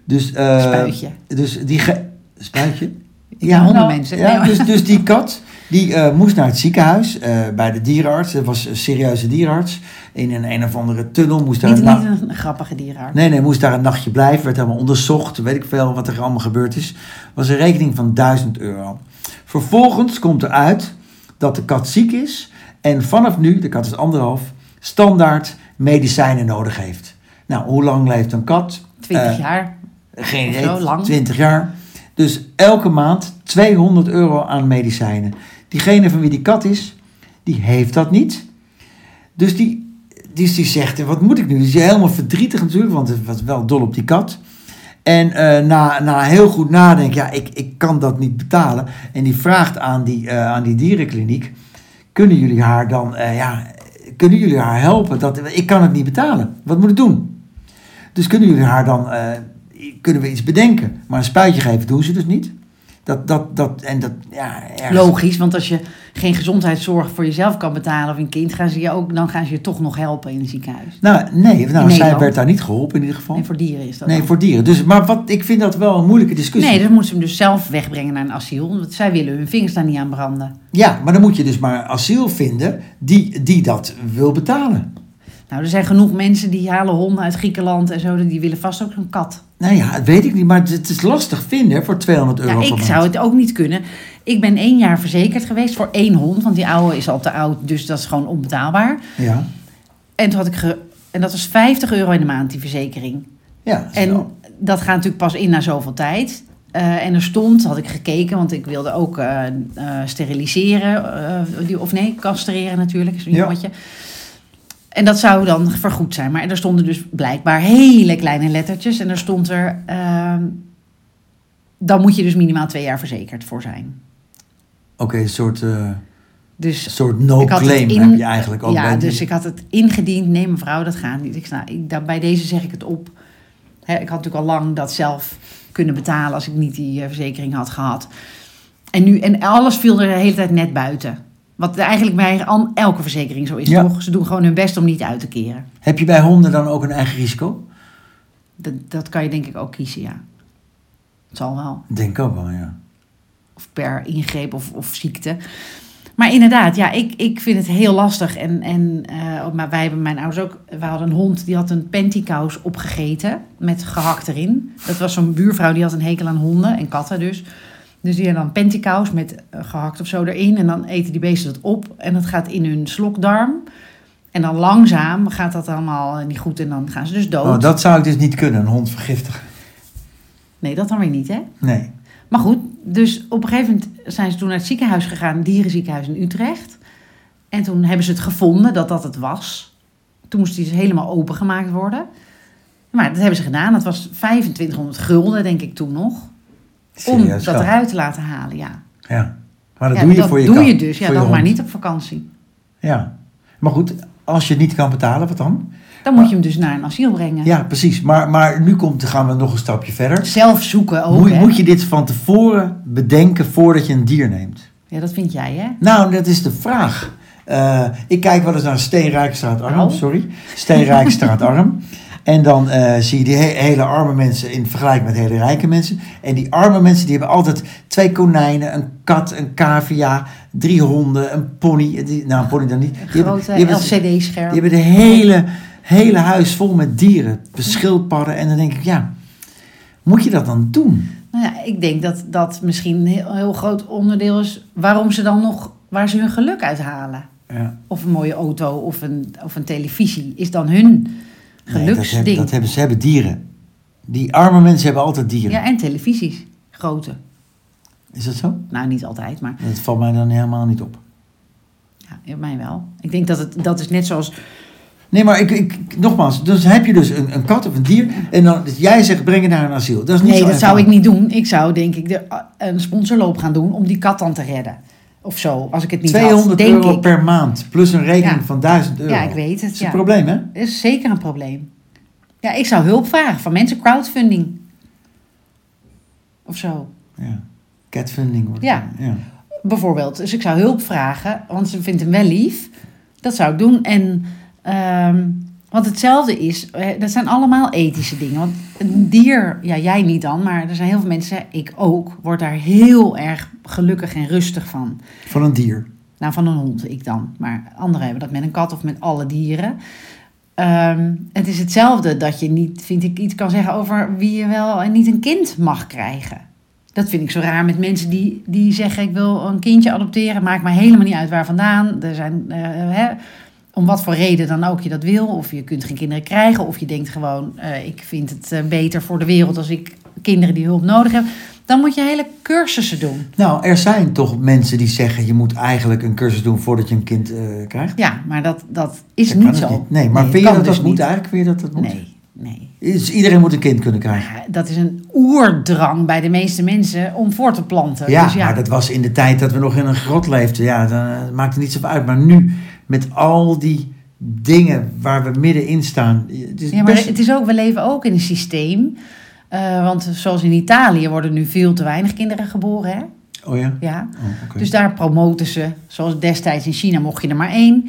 Dus, uh, Spuitje. Dus die... Ge- Spuitje? Ja, hondenmensen. Ja, Nee, dus, dus die kat, die uh, moest naar het ziekenhuis, uh, bij de dierenarts. Dat was een serieuze dierenarts. In een een of andere tunnel. Moest daar niet, een, na- niet een grappige dierenarts. Nee, nee, moest daar een nachtje blijven. Werd helemaal onderzocht. Weet ik veel wat er allemaal gebeurd is. Was een rekening van duizend euro. Vervolgens komt eruit dat de kat ziek is. En vanaf nu, de kat is anderhalf, standaard medicijnen nodig heeft. Nou, hoe lang leeft een kat? twintig Uh, jaar. Geen Of zo, idee, lang. twintig jaar. Dus elke maand tweehonderd euro aan medicijnen. Diegene van wie die kat is, die heeft dat niet. Dus die, die, die zegt, wat moet ik nu? Die is helemaal verdrietig natuurlijk, want het was wel dol op die kat. En uh, na, na heel goed nadenken, ja, ik, ik kan dat niet betalen. En die vraagt aan die, uh, aan die dierenkliniek, kunnen jullie haar dan, uh, ja, kunnen jullie haar helpen? Dat, ik kan het niet betalen. Wat moet ik doen? Dus kunnen jullie haar dan... Uh, kunnen we iets bedenken. Maar een spuitje geven doen ze dus niet. Dat, dat, dat, en dat, ja, ergens... Logisch, want als je geen gezondheidszorg voor jezelf kan betalen of een kind, gaan ze je ook, dan gaan ze je toch nog helpen in het ziekenhuis. Nou, nee, nou, zij werd daar niet geholpen in ieder geval. Nee, voor dieren is dat Nee, dan. voor dieren. Dus, maar wat, ik vind dat wel een moeilijke discussie. Nee, dan moeten ze hem dus zelf wegbrengen naar een asiel, want zij willen hun vingers daar niet aan branden. Ja, maar dan moet je dus maar asiel vinden die, die dat wil betalen. Nou, er zijn genoeg mensen die halen honden uit Griekenland en zo, die willen vast ook een kat. Nou ja, dat weet ik niet, maar het is lastig vinden voor tweehonderd euro Ja, per ik maand. zou het ook niet kunnen. Ik ben één jaar verzekerd geweest voor één hond, want die oude is al te oud, dus dat is gewoon onbetaalbaar. Ja, En toen had ik ge... en dat was vijftig euro in de maand, die verzekering. ja. dat is En wel- dat gaat natuurlijk pas in na zoveel tijd. Uh, en er stond, had ik gekeken, want ik wilde ook uh, uh, steriliseren, uh, die, of nee, castreren natuurlijk, zo'n Ja. jongetje. En dat zou dan vergoed zijn. Maar er stonden dus blijkbaar hele kleine lettertjes. En er stond er, uh, dan moet je dus minimaal twee jaar verzekerd voor zijn. Oké, okay, een soort, uh, Dus soort no-claim in, heb je eigenlijk ook. Ja, bij die... dus ik had het ingediend. Nee, mevrouw, dat gaat niet. Ik zei, nou, ik, daar, bij deze zeg ik het op. He, ik had natuurlijk al lang dat zelf kunnen betalen als ik niet die uh, verzekering had gehad. En, nu, en alles viel er de hele tijd net buiten. Wat eigenlijk bij elke verzekering zo is, ja. toch? Ze doen gewoon hun best om niet uit te keren. Heb je bij honden dan ook een eigen risico? Dat, dat kan je denk ik ook kiezen, ja. Het zal wel. Denk ook wel, ja. Of per ingreep of, of ziekte. Maar inderdaad, ja, ik, ik vind het heel lastig. En, en, uh, maar wij hebben, mijn ouders ook, we hadden een hond die had een pantykous opgegeten met gehakt erin. Dat was zo'n buurvrouw die had een hekel aan honden en katten dus. Dus die hebben dan pantykous met uh, gehakt of zo erin. En dan eten die beesten dat op. En dat gaat in hun slokdarm. En dan langzaam gaat dat allemaal niet goed. En dan gaan ze dus dood. Oh, dat zou ik dus niet kunnen, een hond vergiftigen. Nee, dat dan weer niet, hè? Nee. Maar goed, dus op een gegeven moment zijn ze toen naar het ziekenhuis gegaan. Een dierenziekenhuis in Utrecht. En toen hebben ze het gevonden dat dat het was. Toen moest die dus helemaal opengemaakt worden. Maar dat hebben ze gedaan. Dat was vijfentwintighonderd gulden, denk ik toen nog. Om Serieus, dat geld. eruit te laten halen, ja. Ja, maar dat ja, doe je dat voor je doe kat, je dus, ja, voor je dan maar hond. niet op vakantie. Ja, maar goed, als je het niet kan betalen, wat dan? Dan maar, moet je hem dus naar een asiel brengen. Ja, precies. Maar, maar nu komt, gaan we nog een stapje verder. Zelf zoeken ook, Moet, hè? moet je dit van tevoren bedenken voordat je een dier neemt? Ja, dat vind jij, hè? Nou, dat is de vraag. Uh, ik kijk wel eens naar Steenrijkstraat Arm, Oh. sorry. Steenrijkstraat Arm. En dan uh, zie je die he- hele arme mensen in vergelijking met hele rijke mensen. En die arme mensen die hebben altijd twee konijnen, een kat, een cavia, drie honden, een pony. Die, nou, een pony dan niet. Een Die grote hebben, L C D-scherm. Die hebben de hele, hele huis vol met dieren, schildpadden. En dan denk ik, ja, moet je dat dan doen? Nou ja, ik denk dat dat misschien een heel, heel groot onderdeel is waarom ze dan nog, waar ze hun geluk uit halen. Ja. Of een mooie auto of een, of een televisie is dan hun geluksding. Nee, dat, hebben, dat hebben, ze hebben dieren. Die arme mensen hebben altijd dieren. Ja, en televisies. Grote. Is dat zo? Nou, niet altijd, maar Dat valt mij dan helemaal niet op. ja, mij wel. Ik denk dat het dat is net zoals... Nee, maar ik, ik, nogmaals, dus heb je dus een, een kat of een dier en dan dus jij zegt breng het naar een asiel. Dat is niet Nee, zo dat zou ik eenvoudig. niet doen. Ik zou denk ik de, een sponsorloop gaan doen om die kat dan te redden. Of zo, als ik het niet tweehonderd had, denk euro ik. per maand plus een rekening Ja. van duizend euro. Ja, ik weet het. Dat is ja. een probleem, hè? Dat is zeker een probleem. Ja, ik zou hulp vragen van mensen, crowdfunding. Of zo. Ja. Catfunding wordt Ja. ja. Bijvoorbeeld. Dus ik zou hulp vragen, want ze vindt hem wel lief. Dat zou ik doen. En, um, want Want hetzelfde is, dat zijn allemaal ethische dingen. Want een dier, ja jij niet dan, maar er zijn heel veel mensen, ik ook, word daar heel erg gelukkig en rustig van. Van een dier? Nou, van een hond, ik dan. Maar anderen hebben dat met een kat of met alle dieren. Um, het is hetzelfde dat je niet, vind ik, iets kan zeggen over wie je wel en niet een kind mag krijgen. Dat vind ik zo raar met mensen die, die zeggen, ik wil een kindje adopteren, maakt mij helemaal niet uit waar vandaan. Er zijn, uh, hè, om wat voor reden dan ook je dat wil. Of je kunt geen kinderen krijgen. Of je denkt gewoon, uh, ik vind het uh, beter voor de wereld als ik kinderen die hulp nodig hebben. Dan moet je hele cursussen doen. Nou, er zijn toch mensen die zeggen, je moet eigenlijk een cursus doen voordat je een kind uh, krijgt. Ja, maar dat, dat is dat niet zo. Niet. Nee, maar nee, vind je dat dus dat moet niet. eigenlijk? Vind je dat dat moet? Nee, nee. Is, iedereen moet een kind kunnen krijgen. Ja, dat is een oerdrang bij de meeste mensen om voor te planten. Ja, dus ja, maar dat was in de tijd dat we nog in een grot leefden. Ja, dan uh, maakt het niet zoveel uit. Maar nu, met al die dingen waar we middenin staan. Het is ja, maar best... het is ook, we leven ook in een systeem. Uh, want zoals in Italië worden nu veel te weinig kinderen geboren. Hè? Oh ja? Ja. Oh, okay. Dus daar promoten ze, zoals destijds in China mocht je er maar één.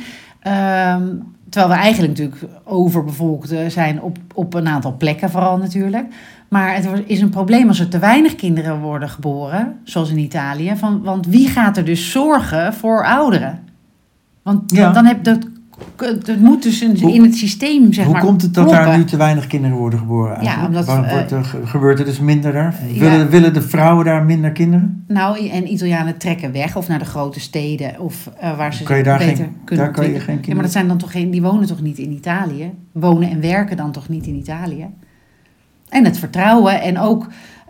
Um, terwijl we eigenlijk natuurlijk overbevolkt zijn op, op een aantal plekken vooral natuurlijk. Maar het is een probleem als er te weinig kinderen worden geboren, zoals in Italië. Van, want wie gaat er dus zorgen voor ouderen? Want ja. dan heb dat... Het moet dus in, hoe, in het systeem, zeg hoe maar, Hoe komt het dat kloppen. daar nu te weinig kinderen worden geboren eigenlijk? Ja, omdat, Waarom uh, wordt er, gebeurt er dus minder daar? Ja. Willen, willen de vrouwen daar minder kinderen? Nou, en Italianen trekken weg of naar de grote steden of uh, waar ze kan je daar beter geen, kunnen daar kan je geen kinderen. kinderen... Ja, maar dat zijn dan toch geen, die wonen toch niet in Italië? Wonen en werken dan toch niet in Italië? En het vertrouwen en ook,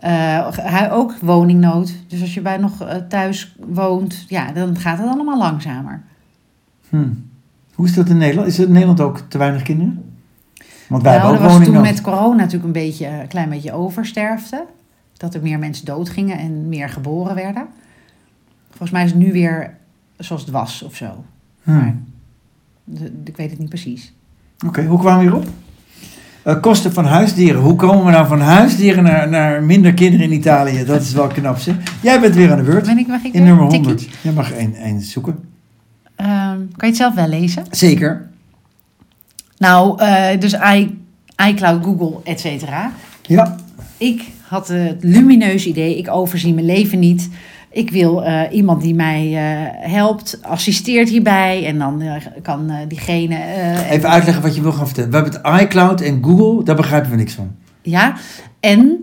uh, ook woningnood. Dus als je bij nog uh, thuis woont, ja, dan gaat het allemaal langzamer. Hmm. Hoe is dat in Nederland? Is er in Nederland ook te weinig kinderen? Want wij nou, hebben ook er was toen woningnood. met corona natuurlijk een beetje, een klein beetje oversterfte. Dat er meer mensen doodgingen en meer geboren werden. Volgens mij is het nu weer zoals het was of zo. Hmm. Maar de, ik weet het niet precies. Oké, okay, hoe kwamen we hierop? Uh, kosten van huisdieren. Hoe komen we nou van huisdieren naar, naar minder kinderen in Italië? Dat is wel knap, zeg. Jij bent weer aan de beurt. Ben ik, mag ik in nummer Tikkie? honderd. Jij mag één, één zoeken. Um, kan je het zelf wel lezen? Zeker. Nou, uh, dus I, iCloud, Google, et cetera. Ja. Ik had het lumineuze idee, ik overzie mijn leven niet. Ik wil uh, iemand die mij uh, helpt, assisteert hierbij. En dan uh, kan uh, diegene... Uh, Even uitleggen wat je wil gaan vertellen. We hebben het iCloud en Google, daar begrijpen we niks van. Ja, en...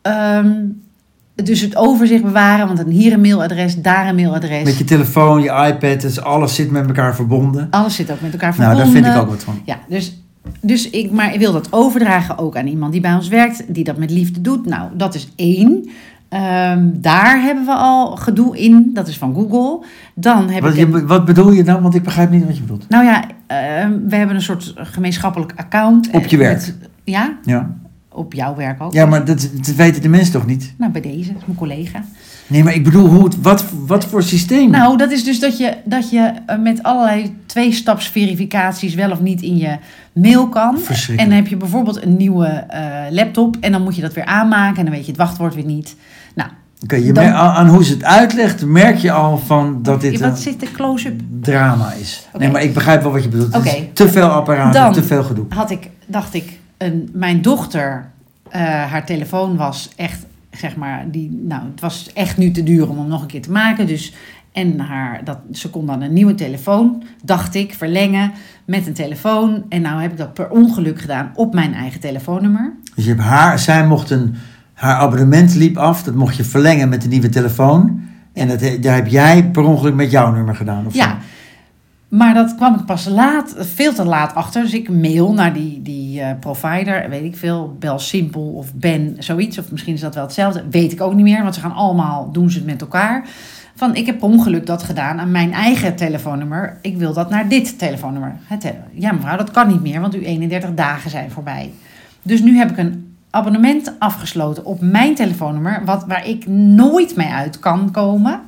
Um, Dus het overzicht bewaren, want dan hier een mailadres, daar een mailadres. Met je telefoon, je iPad, dus alles zit met elkaar verbonden. Alles zit ook met elkaar verbonden. Nou, daar vind ik ook wat van. Ja, dus, dus ik, maar ik wil dat overdragen ook aan iemand die bij ons werkt, die dat met liefde doet. Nou, dat is één. Um, daar hebben we al gedoe in, dat is van Google. Dan heb wat, ik een, je, wat bedoel je dan? Want ik begrijp niet wat je bedoelt. Nou ja, uh, we hebben een soort gemeenschappelijk account. Op je werk? Met, ja, ja. Op jouw werk ook. Ja, maar dat, dat weten de mensen toch niet? Nou, bij deze, dat is mijn collega. Nee, maar ik bedoel, hoe het, wat, wat voor systeem? Nou, dat is dus dat je, dat je met allerlei twee-staps-verificaties wel of niet in je mail kan. En dan heb je bijvoorbeeld een nieuwe uh, laptop en dan moet je dat weer aanmaken en dan weet je het wachtwoord weer niet. Nou, Oké, okay, dan... aan hoe ze het uitlegt merk je al van dat dit wat een zit de close-up? drama is. Okay. Nee, maar ik begrijp wel wat je bedoelt. Okay. Het is te veel apparaten, dan te veel gedoe. Had ik, dacht ik, een, mijn dochter, uh, haar telefoon was echt, zeg maar, die, nou, het was echt nu te duur om hem nog een keer te maken. Dus, en haar, dat, ze kon dan een nieuwe telefoon, dacht ik, verlengen met een telefoon. En nou heb ik dat per ongeluk gedaan op mijn eigen telefoonnummer. Dus je hebt haar, zij mocht een, haar abonnement liep af, dat mocht je verlengen met de nieuwe telefoon. En dat, daar heb jij per ongeluk met jouw nummer gedaan, of ja. zo? Maar dat kwam ik pas laat, veel te laat achter. Dus ik mail naar die, die uh, provider, weet ik veel, Bel Simpel of Ben, zoiets. Of misschien is dat wel hetzelfde, weet ik ook niet meer. Want ze gaan allemaal, doen ze het met elkaar. Van, ik heb per ongeluk dat gedaan aan mijn eigen telefoonnummer. Ik wil dat naar dit telefoonnummer. Het, ja mevrouw, dat kan niet meer, want uw eenendertig dagen zijn voorbij. Dus nu heb ik een abonnement afgesloten op mijn telefoonnummer, wat, waar ik nooit mee uit kan komen.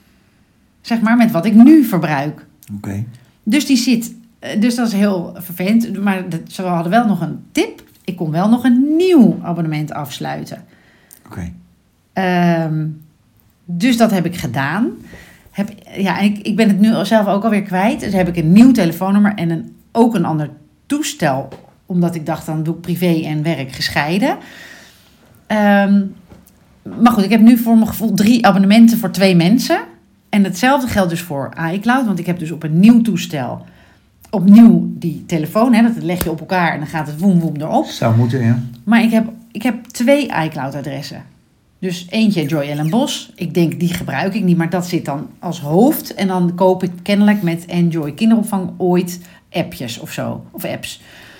Zeg maar, met wat ik nu verbruik. Oké. Okay. Dus die zit, dus dat is heel vervelend. Maar dat, ze hadden wel nog een tip. Ik kon wel nog een nieuw abonnement afsluiten. Oké. Okay. Um, dus dat heb ik gedaan. Heb, ja, ik, ik ben het nu zelf ook alweer kwijt. Dus heb ik een nieuw telefoonnummer en een, ook een ander toestel Omdat ik dacht, dan doe ik privé en werk gescheiden. Um, maar goed, ik heb nu voor mijn gevoel drie abonnementen voor twee mensen. En hetzelfde geldt dus voor iCloud. Want ik heb dus op een nieuw toestel opnieuw die telefoon. Hè, dat leg je op elkaar en dan gaat het woem woem erop. Zou moeten, ja. Maar ik heb, ik heb twee iCloud-adressen. Dus eentje Joy Ellen Bos. Ik denk, die gebruik ik niet, maar dat zit dan als hoofd. En dan koop ik kennelijk met Enjoy Kinderopvang ooit appjes of zo. Of apps.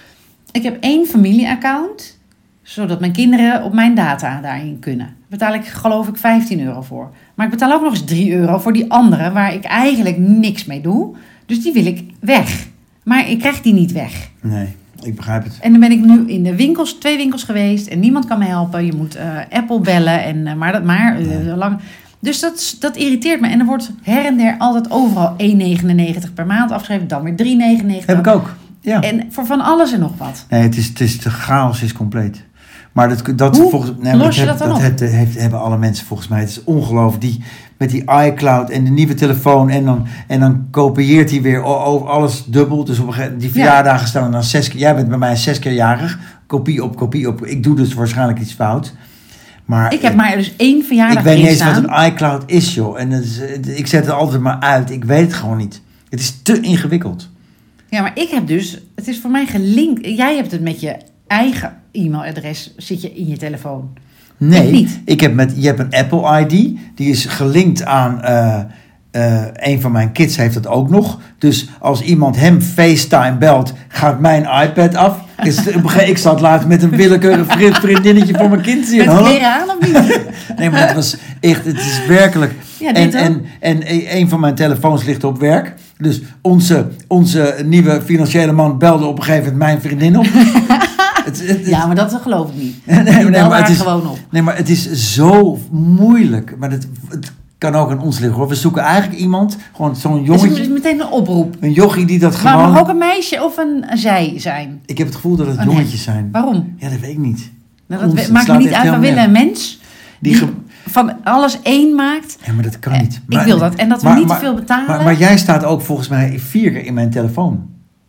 Ik heb één familieaccount, zodat mijn kinderen op mijn data daarin kunnen. Daar betaal ik geloof ik vijftien euro voor. Maar ik betaal ook nog eens drie euro voor die andere, waar ik eigenlijk niks mee doe. Dus die wil ik weg. Maar ik krijg die niet weg. Nee, ik begrijp het. En dan ben ik nu in de winkels, twee winkels geweest. En niemand kan me helpen. Je moet uh, Apple bellen. En, uh, maar dat maar. Uh, nee. lang. Dus dat, dat irriteert me. En er wordt her en der altijd overal één negenennegentig per maand afgeschreven. Dan weer drie negenennegentig. Heb ik ook. Ja. En voor van alles en nog wat. Nee, het is, het is de chaos is compleet. Maar dat, dat Hoe volgens nee, los je dat, dat dan dat op? heeft, heeft, hebben alle mensen volgens mij. Het is ongelooflijk. Die, met die iCloud en de nieuwe telefoon. En dan, en dan kopieert hij weer over alles dubbel. Dus op een gegeven moment, die verjaardagen ja. staan dan zes keer. Jij bent bij mij zes keer jarig. Kopie op kopie op. Ik doe dus waarschijnlijk iets fout. Maar ik heb ik, maar dus één verjaardag Ik weet niet eens staan. wat een iCloud is, joh. En is, ik zet het altijd maar uit. Ik weet het gewoon niet. Het is te ingewikkeld. Ja, maar ik heb dus... Het is voor mij gelinkt. Jij hebt het met je eigen e-mailadres zit je in je telefoon. Nee, ik niet. Ik heb met, je hebt een Apple I D. Die is gelinkt aan... Uh, uh, een van mijn kids heeft dat ook nog. Dus als iemand hem FaceTime belt, gaat mijn iPad af. Is, ik zat laatst met een willekeurig vriendinnetje voor mijn kind. Met kleren aan of niet? Nee, maar het was echt... Het is werkelijk... Ja, en, en, en een van mijn telefoons ligt op werk. Dus onze, onze nieuwe financiële man belde op een gegeven moment mijn vriendin op. het, het, het, ja, maar dat geloof ik niet. nee, nee, nee, maar het is, gewoon op. Nee, maar het is zo moeilijk. Maar het, het kan ook aan ons liggen, hoor. We zoeken eigenlijk iemand, gewoon zo'n jongetje. Het is meteen een oproep. Een jochie die dat maar gewoon... Maar mag ook een meisje of een, een zij zijn? Ik heb het gevoel dat het oh, jongetjes nee. zijn. Waarom? Ja, dat weet ik niet. Nou, dat ons, we, maakt me niet uit. We willen een mens die... die ge- van alles één maakt. Ja, maar dat kan niet. Maar, ik wil dat. En dat we maar, niet maar, te veel betalen. Maar, maar jij staat ook volgens mij vier keer in mijn telefoon.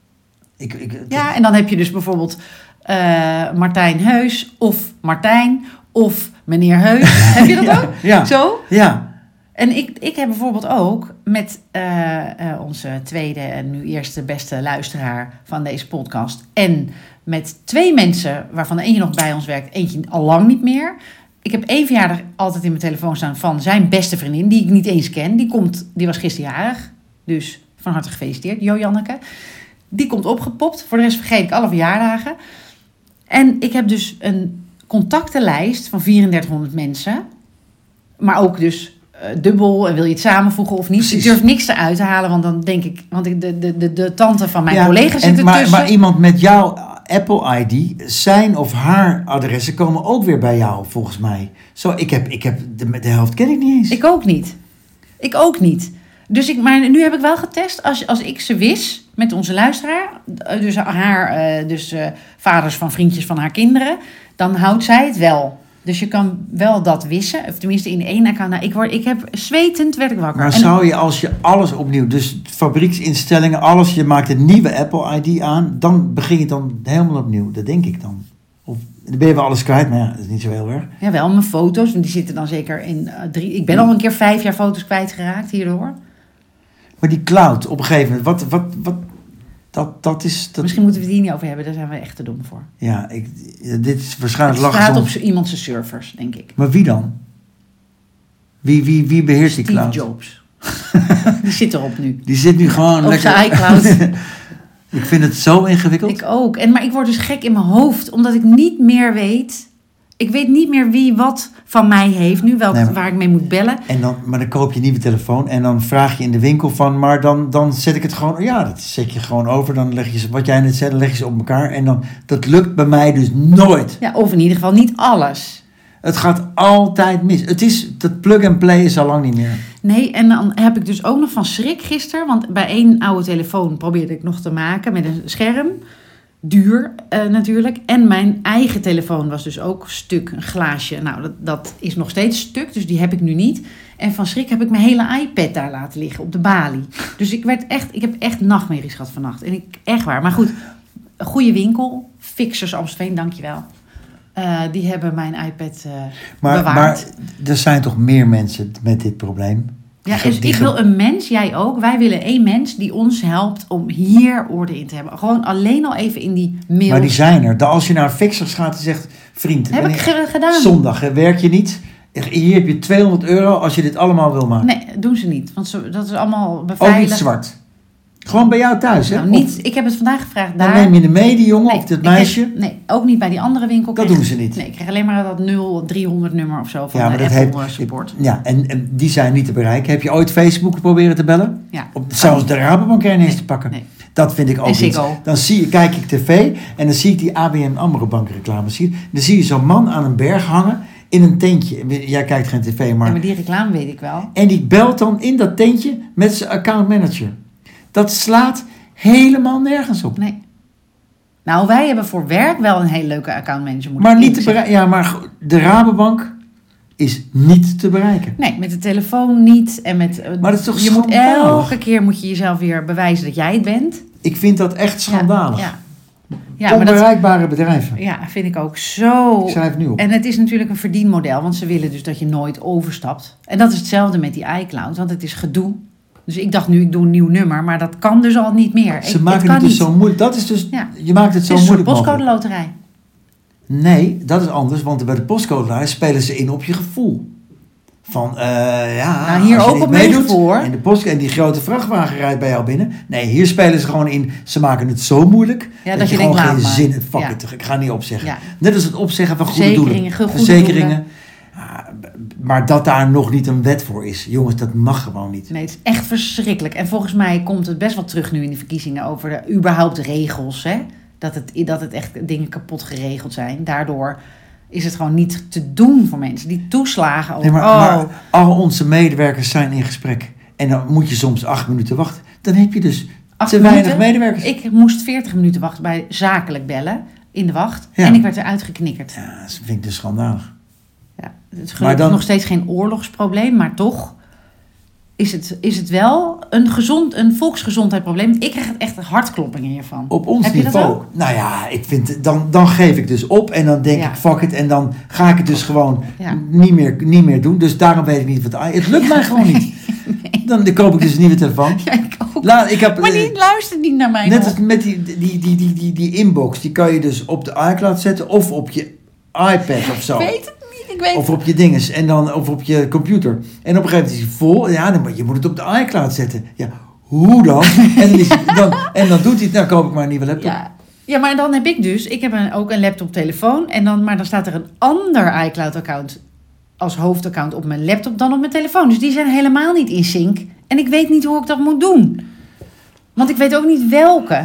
Ik, ik, ja, dat... en dan heb je dus bijvoorbeeld uh, Martijn Heus of Martijn of meneer Heus. Heb je dat ja, ook? Ja. Zo? Ja. En ik, ik heb bijvoorbeeld ook met uh, uh, onze tweede en nu eerste beste luisteraar van deze podcast. En met twee mensen waarvan de eentje nog bij ons werkt, eentje al lang niet meer. Ik heb één verjaardag altijd in mijn telefoon staan van zijn beste vriendin, die ik niet eens ken. Die, komt, die was gisteren jarig, dus van harte gefeliciteerd, Jo Janneke. Die komt opgepopt, voor de rest vergeet ik alle verjaardagen. En ik heb dus een contactenlijst van drieëndertighonderd mensen. Maar ook dus uh, dubbel, en wil je het samenvoegen of niet. Precies. Ik durf niks eruit te halen, want dan denk ik... Want ik, de, de, de, de tante van mijn ja, collega zit ertussen. Maar, maar iemand met jouw Apple I D, zijn of haar adressen komen ook weer bij jou, volgens mij. Zo, ik heb, ik heb de, de helft ken ik niet eens. Ik ook niet. Ik ook niet. Dus ik, maar nu heb ik wel getest, als, als ik ze wist met onze luisteraar, dus haar, dus uh, vaders van vriendjes van haar kinderen, dan houdt zij het wel. Dus je kan wel dat wissen, of tenminste in één account. Nou, ik, word, ik heb zwetend werd ik wakker. Maar en zou je als je alles opnieuw, dus fabrieksinstellingen, alles, je maakt een nieuwe Apple I D aan, dan begin je dan helemaal opnieuw. Dat denk ik dan. Of dan ben je wel alles kwijt, maar ja, dat is niet zo heel erg. Ja, wel mijn foto's, want die zitten dan zeker in uh, drie. Ik ben al een keer vijf jaar foto's kwijtgeraakt hierdoor. Maar die cloud, op een gegeven moment, wat, wat, wat, dat, dat is... Dat... Misschien moeten we het hier niet over hebben, daar zijn we echt te dom voor. Ja, ik, dit is waarschijnlijk lachen. Het staat op soms... iemand zijn servers, denk ik. Maar wie dan? Wie, wie, wie beheerst die cloud? Steve Jobs. Die zit erop nu. Die zit nu gewoon op lekker... zijn iCloud. Ik vind het zo ingewikkeld. Ik ook. En, maar ik word dus gek in mijn hoofd, omdat ik niet meer weet... Ik weet niet meer wie wat van mij heeft nu, welk, nee, maar, waar ik mee moet bellen. En dan, maar dan koop je een nieuwe telefoon en dan vraag je in de winkel van... maar dan, dan zet ik het gewoon... Ja, dat zet je gewoon over. Dan leg je ze, wat jij net zei, dan leg je ze op elkaar. En dan, dat lukt bij mij dus nooit. Ja, of in ieder geval niet alles. Het gaat altijd mis. Het is, dat plug-and-play is al lang niet meer. Nee, en dan heb ik dus ook nog van schrik gisteren... want bij één oude telefoon probeerde ik nog te maken met een scherm... Duur uh, natuurlijk. En mijn eigen telefoon was dus ook stuk, een glaasje. Nou, dat, dat is nog steeds stuk, dus die heb ik nu niet. En van schrik heb ik mijn hele iPad daar laten liggen op de balie. Dus ik werd echt, ik heb echt nachtmerries gehad vannacht. En ik, echt waar. Maar goed, een goede winkel. Fixers Amstelveen, dankjewel. Uh, die hebben mijn iPad uh, maar, bewaard. Maar er zijn toch meer mensen met dit probleem? Ja, dus ik wil een mens, jij ook. Wij willen één mens die ons helpt om hier orde in te hebben. Gewoon alleen al even in die mail. Maar die zijn er. Als je naar Fixers gaat en zegt... Vriend, heb ik ge- gedaan. Zondag hè, werk je niet. Hier heb je tweehonderd euro als je dit allemaal wil maken. Nee, doen ze niet. Want ze, dat is allemaal beveiligd. Ook niet zwart. Gewoon bij jou thuis, hè? Nou, niet, ik heb het vandaag gevraagd daar. Dan neem je de mee, die jongen nee, of dat meisje? Heb, nee, ook niet bij die andere winkel. Dat kreeg, doen ze niet. Nee, ik kreeg alleen maar dat nul driehonderd nummer of zo van ja, maar de dat Apple heeft, support. Ja, en, en die zijn niet te bereiken. Heb je ooit Facebook proberen te bellen? Ja. Om zelfs de Rabobank er ineens nee, te pakken. Nee. Dat vind ik ook iets. Dan zie je, kijk ik tv en dan zie ik die A B N AMRO Bank reclame. Dan zie je zo'n man aan een berg hangen in een tentje. Jij kijkt geen tv, maar... Ja, maar die reclame weet ik wel. En die belt dan in dat tentje met zijn accountmanager. Dat slaat helemaal nergens op. Nee. Nou, wij hebben voor werk wel een hele leuke accountmanager moeten Maar niet te bereiken. Ja, maar de Rabobank is niet te bereiken. Nee, met de telefoon niet. En met, maar dat is toch je schandalig? moet elke keer moet je jezelf weer bewijzen dat jij het bent. Ik vind dat echt schandalig. Ja, ja. Ja, onbereikbare maar dat, bedrijven. Ja, vind ik ook zo. Ik schrijf nu op. En het is natuurlijk een verdienmodel, want ze willen dus dat je nooit overstapt. En dat is hetzelfde met die iCloud, want het is gedoe. Dus ik dacht nu, ik doe een nieuw nummer, maar dat kan dus al niet meer. Ze ik, maken het, het dus niet. zo moeilijk. Dat is dus, ja. Je maakt het zo het is moeilijk een postcode loterij. Nee, dat is anders, want bij de postcode loterij spelen ze in op je gevoel. Van, uh, ja, nou, hier als je ook op mijn gevoel. En, de post, en die grote vrachtwagen rijdt bij jou binnen. Nee, hier spelen ze gewoon in. Ze maken het zo moeilijk. Ja, dat, dat je, je gewoon denkt, geen laat zin maar. hebt. Fuck ja. it, ik ga niet opzeggen. Ja. Net als het opzeggen van goede Verzekeringen, doelen. Goede Verzekeringen. Ja, maar dat daar nog niet een wet voor is. Jongens, dat mag gewoon niet. Nee, het is echt verschrikkelijk. En volgens mij komt het best wel terug nu in de verkiezingen over de überhaupt regels. Hè? Dat, het, dat het echt dingen kapot geregeld zijn. Daardoor is het gewoon niet te doen voor mensen. Die toeslagen. Over, nee, maar, oh. maar al onze medewerkers zijn in gesprek. En dan moet je soms acht minuten wachten. Dan heb je dus acht te minuten? weinig medewerkers. Ik moest veertig minuten wachten bij zakelijk bellen. In de wacht. Ja. En ik werd eruit geknikkerd. Ja, dat vind ik dus schandalig. Ja, het is gelukkig dan, nog steeds geen oorlogsprobleem. Maar toch is het, is het wel een, gezond, een volksgezondheidsprobleem. Ik krijg echt hartkloppingen hiervan. Op ons Heb niveau. Je dat ook? Nou ja, ik vind, dan, dan geef ik dus op. En dan denk ja. ik, fuck it. En dan ga ik het dus gewoon ja. niet, meer, niet meer doen. Dus daarom weet ik niet wat... Het lukt mij gewoon niet. Nee. Dan, dan koop ik dus een nieuwe telefoon. Ja, ik ook. La, ik heb, maar die uh, luistert niet naar mij. Net nog. als met die, die, die, die, die, die, die inbox. Die kan je dus op de iCloud zetten. Of op je iPad of zo. Ik weet het niet. Ik weet of op je dinges. En dan, of op je computer. En op een gegeven moment is hij vol. Ja, dan, maar je moet het op de iCloud zetten. Ja, hoe dan? en, dan is, dan, en dan doet hij het. Nou, koop ik maar een nieuwe laptop. Ja. Ja, maar dan heb ik dus... Ik heb een, ook een laptop telefoon. En dan, maar dan staat er een ander iCloud-account als hoofdaccount op mijn laptop dan op mijn telefoon. Dus die zijn helemaal niet in sync. En ik weet niet hoe ik dat moet doen. Want ik weet ook niet welke.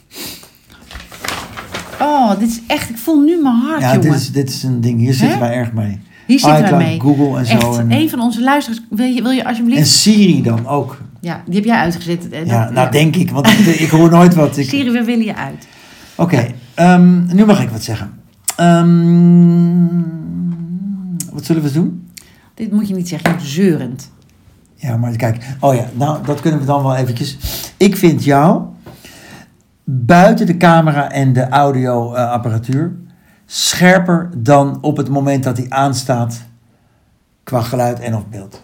Oh, dit is echt... Ik voel nu mijn hart, ja, jongen. dit is, dit is een ding. Hier zitten wij erg mee. Hier zitten iCloud, wij mee. Google en zo. Echt, en, een van onze luisteraars... Wil je, wil je alsjeblieft... En Siri dan ook. Ja, die heb jij uitgezet. Dat, Ja, nou ja. denk ik. Want ik, ik hoor nooit wat. Ik... Siri, we willen je uit. Oké, okay, um, nu mag ik wat zeggen. Um, wat zullen we doen? Dit moet je niet zeggen, je moet zeurend. Ja, maar kijk. Oh ja, nou, dat kunnen we dan wel eventjes. Ik vind jou, buiten de camera en de audioapparatuur, scherper dan op het moment dat hij aanstaat qua geluid en of beeld.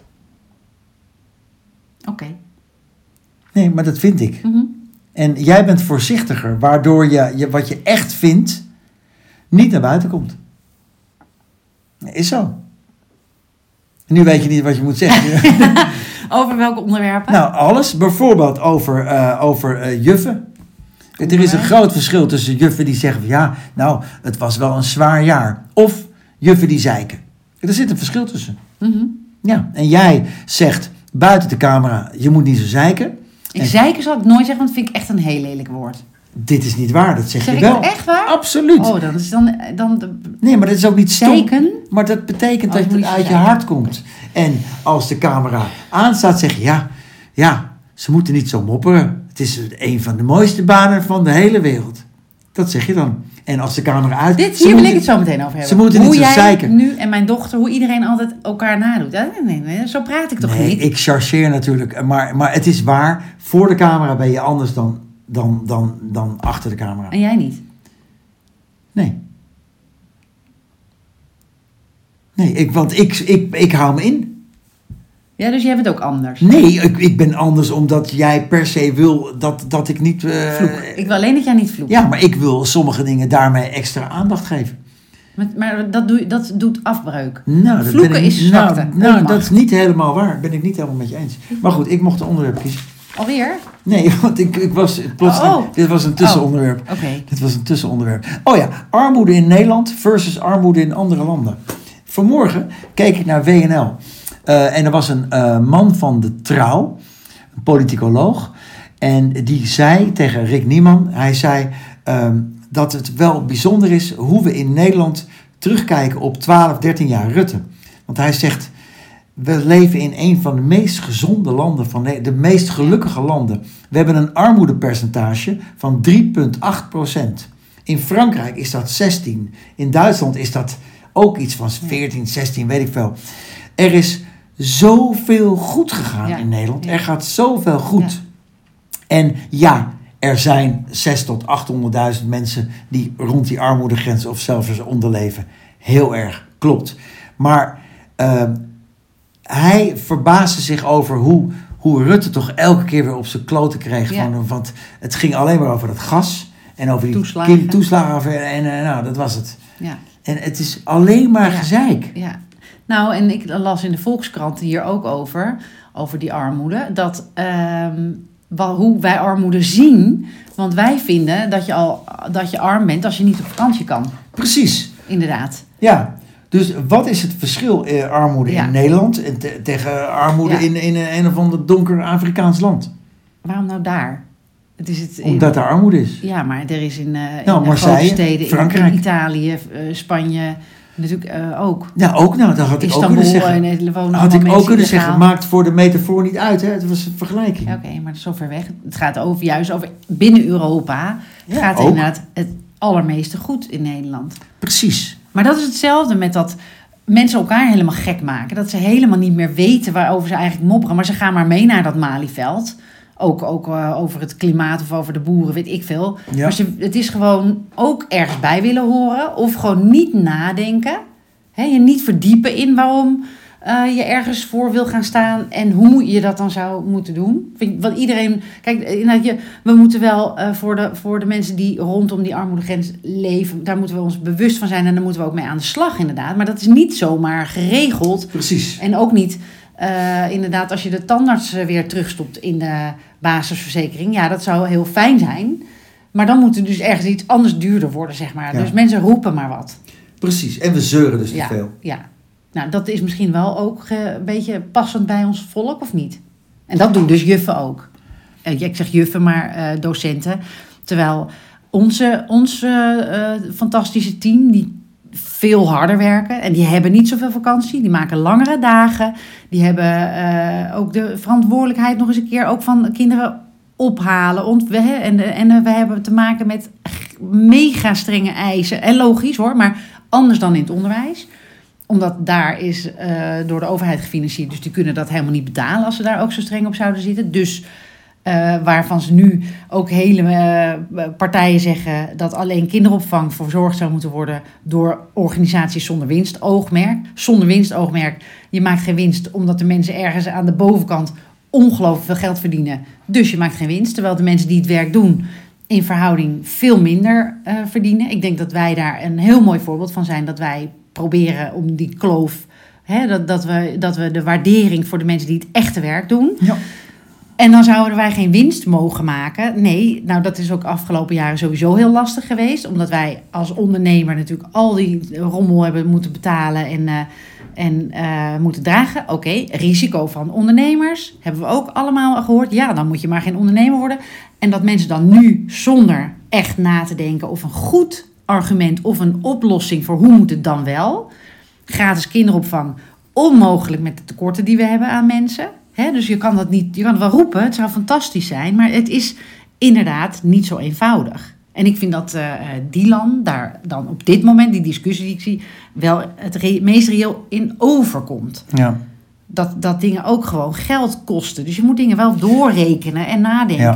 Oké. Okay. Nee, maar dat vind ik. Mm-hmm. En jij bent voorzichtiger, waardoor je, je wat je echt vindt niet naar buiten komt. Is zo. Nu weet je niet wat je moet zeggen. Over welke onderwerpen? Nou, alles. Bijvoorbeeld over, uh, over uh, juffen. Er is een groot verschil tussen juffen die zeggen van ja, nou, het was wel een zwaar jaar. Of juffen die zeiken. Er zit een verschil tussen. Mm-hmm. Ja, en jij zegt buiten de camera, je moet niet zo zeiken. Ik en... zeiken zal ik nooit zeggen, want dat vind ik echt een heel lelijk woord. Dit is niet waar, dat zeg, zeg je ik wel. Dat echt waar? Absoluut. Oh, dan is dan, dan de... Nee, maar dat is ook niet stom. Zeiken? Maar dat betekent oh, dat het uit je hart komt. En als de camera aanstaat, zeg je ja, ja, ze moeten niet zo mopperen. Het is een van de mooiste banen van de hele wereld. Dat zeg je dan. En als de camera uit... Dit, hier wil ik het zo meteen over hebben. Ze moeten hoe niet zo zeiken. Hoe jij nu en mijn dochter, hoe iedereen altijd elkaar nadoet. Nee, nee, nee, zo praat ik toch nee, niet? ik chargeer natuurlijk. Maar, maar het is waar, voor de camera ben je anders dan dan, dan, dan achter de camera. En jij niet? Nee. Nee, ik, want ik, ik, ik hou me in. Ja, dus jij bent ook anders? Nee, ik, ik ben anders omdat jij per se wil dat, dat ik niet... Uh, Vloek. Ik wil alleen dat jij niet vloekt. Ja, maar ik wil sommige dingen daarmee extra aandacht geven. Maar, maar dat, doe, dat doet afbreuk. Nou, dat Vloeken ben ik, is zwakte. Nou, nou dat is niet helemaal waar. Ben ik niet helemaal met je eens. Maar goed, ik mocht een onderwerp kiezen. Alweer? Nee, want ik, ik was plotseling... Oh, oh. Dit was een tussenonderwerp. Oh, okay. Dit was een tussenonderwerp. Oh ja, armoede in Nederland versus armoede in andere landen. Vanmorgen keek ik naar W N L. Uh, en er was een uh, man van de Trouw, een politicoloog. En die zei tegen Rick Nieman, hij zei um, dat het wel bijzonder is hoe we in Nederland terugkijken op twaalf, dertien jaar Rutte. Want hij zegt, we leven in een van de meest gezonde landen, van de, de meest gelukkige landen. We hebben een armoedepercentage van drie komma acht procent. In Frankrijk is dat zestien. In Duitsland is dat ook iets van veertien, zestien, weet ik veel. Er is zoveel goed gegaan ja. in Nederland. Ja. Er gaat zoveel goed. Ja. En ja, er zijn zeshonderdduizend tot achthonderdduizend mensen die rond die armoedegrens of zelfs onder leven. Heel erg, klopt. Maar uh, hij verbaasde zich over hoe, hoe Rutte toch elke keer weer op zijn kloten kreeg. Ja. Van, want het ging alleen maar over het gas en over die toeslagen. toeslagen en uh, nou, dat was het. Ja. En het is alleen maar ja. gezeik. Ja. Nou, en ik las in de Volkskrant hier ook over, over die armoede, dat um, wel, hoe wij armoede zien. Want wij vinden dat je al dat je arm bent als je niet op vakantie kan. Precies. Inderdaad. Ja. Dus wat is het verschil in armoede ja. in Nederland en te, tegen armoede ja. in, in een of ander donker Afrikaans land? Waarom nou daar? Het is het, Omdat er armoede is. Ja, maar er is in, uh, nou, in Marseille, grote steden, Frankrijk. in Italië, uh, Spanje, natuurlijk uh, ook. Ja, ook. Nou, dat had ik Istanbul, ook kunnen zeggen. En had ik ook kunnen zeggen. Maakt voor de metafoor niet uit. Hè? Het was een vergelijking. Ja, Oké, okay, maar het is zo ver weg. Het gaat over, juist over binnen Europa. Ja, gaat ook. Inderdaad het allermeeste goed in Nederland. Precies. Maar dat is hetzelfde met dat mensen elkaar helemaal gek maken. Dat ze helemaal niet meer weten waarover ze eigenlijk mopperen. Maar ze gaan maar mee naar dat Malieveld. Ook, ook uh, over het klimaat of over de boeren, weet ik veel. Ja. Maar ze, het is gewoon ook ergens bij willen horen. Of gewoon niet nadenken. He, je niet verdiepen in waarom uh, je ergens voor wil gaan staan. En hoe je dat dan zou moeten doen. Vind, want iedereen... Kijk, je, we moeten wel uh, voor, de, voor de mensen die rondom die armoedegrens leven... daar moeten we ons bewust van zijn. En daar moeten we ook mee aan de slag, inderdaad. Maar dat is niet zomaar geregeld. Precies. En ook niet... Uh, inderdaad, als je de tandarts weer terugstopt in de basisverzekering, ja, dat zou heel fijn zijn. Maar dan moet er dus ergens iets anders duurder worden, zeg maar. Ja. Dus mensen roepen maar wat. Precies, en we zeuren dus te ja, veel. Ja, nou, dat is misschien wel ook uh, een beetje passend bij ons volk, of niet? En dat doen dus juffen ook. Uh, ik zeg juffen, maar uh, docenten. Terwijl onze, onze uh, fantastische team, die veel harder werken. En die hebben niet zoveel vakantie. Die maken langere dagen. Die hebben uh, ook de verantwoordelijkheid nog eens een keer ook van kinderen ophalen. Ont- we, en, en we hebben te maken met mega strenge eisen. En logisch hoor, maar anders dan in het onderwijs. Omdat daar is uh, door de overheid gefinancierd. Dus die kunnen dat helemaal niet betalen als ze daar ook zo streng op zouden zitten. Dus... Uh, waarvan ze nu ook hele uh, partijen zeggen dat alleen kinderopvang verzorgd zou moeten worden door organisaties zonder winstoogmerk. Zonder winstoogmerk. Je maakt geen winst omdat de mensen ergens aan de bovenkant ongelooflijk veel geld verdienen. Dus je maakt geen winst. Terwijl de mensen die het werk doen in verhouding veel minder uh, verdienen. Ik denk dat wij daar een heel mooi voorbeeld van zijn. Dat wij proberen om die kloof, hè, dat, dat, we, dat we de waardering voor de mensen die het echte werk doen... Ja. En dan zouden wij geen winst mogen maken. Nee, nou dat is ook afgelopen jaren sowieso heel lastig geweest. Omdat wij als ondernemer natuurlijk al die rommel hebben moeten betalen en, uh, en uh, moeten dragen. Oké, okay, risico van ondernemers hebben we ook allemaal gehoord. Ja, dan moet je maar geen ondernemer worden. En dat mensen dan nu zonder echt na te denken of een goed argument of een oplossing voor hoe moet het dan wel. Gratis kinderopvang, onmogelijk met de tekorten die we hebben aan mensen. He, dus je kan dat niet, je kan het wel roepen, het zou fantastisch zijn, maar het is inderdaad niet zo eenvoudig. En ik vind dat uh, Dylan daar dan op dit moment, die discussie die ik zie, wel het re- meest reëel in overkomt. Ja. Dat, dat dingen ook gewoon geld kosten. Dus je moet dingen wel doorrekenen en nadenken. Ja.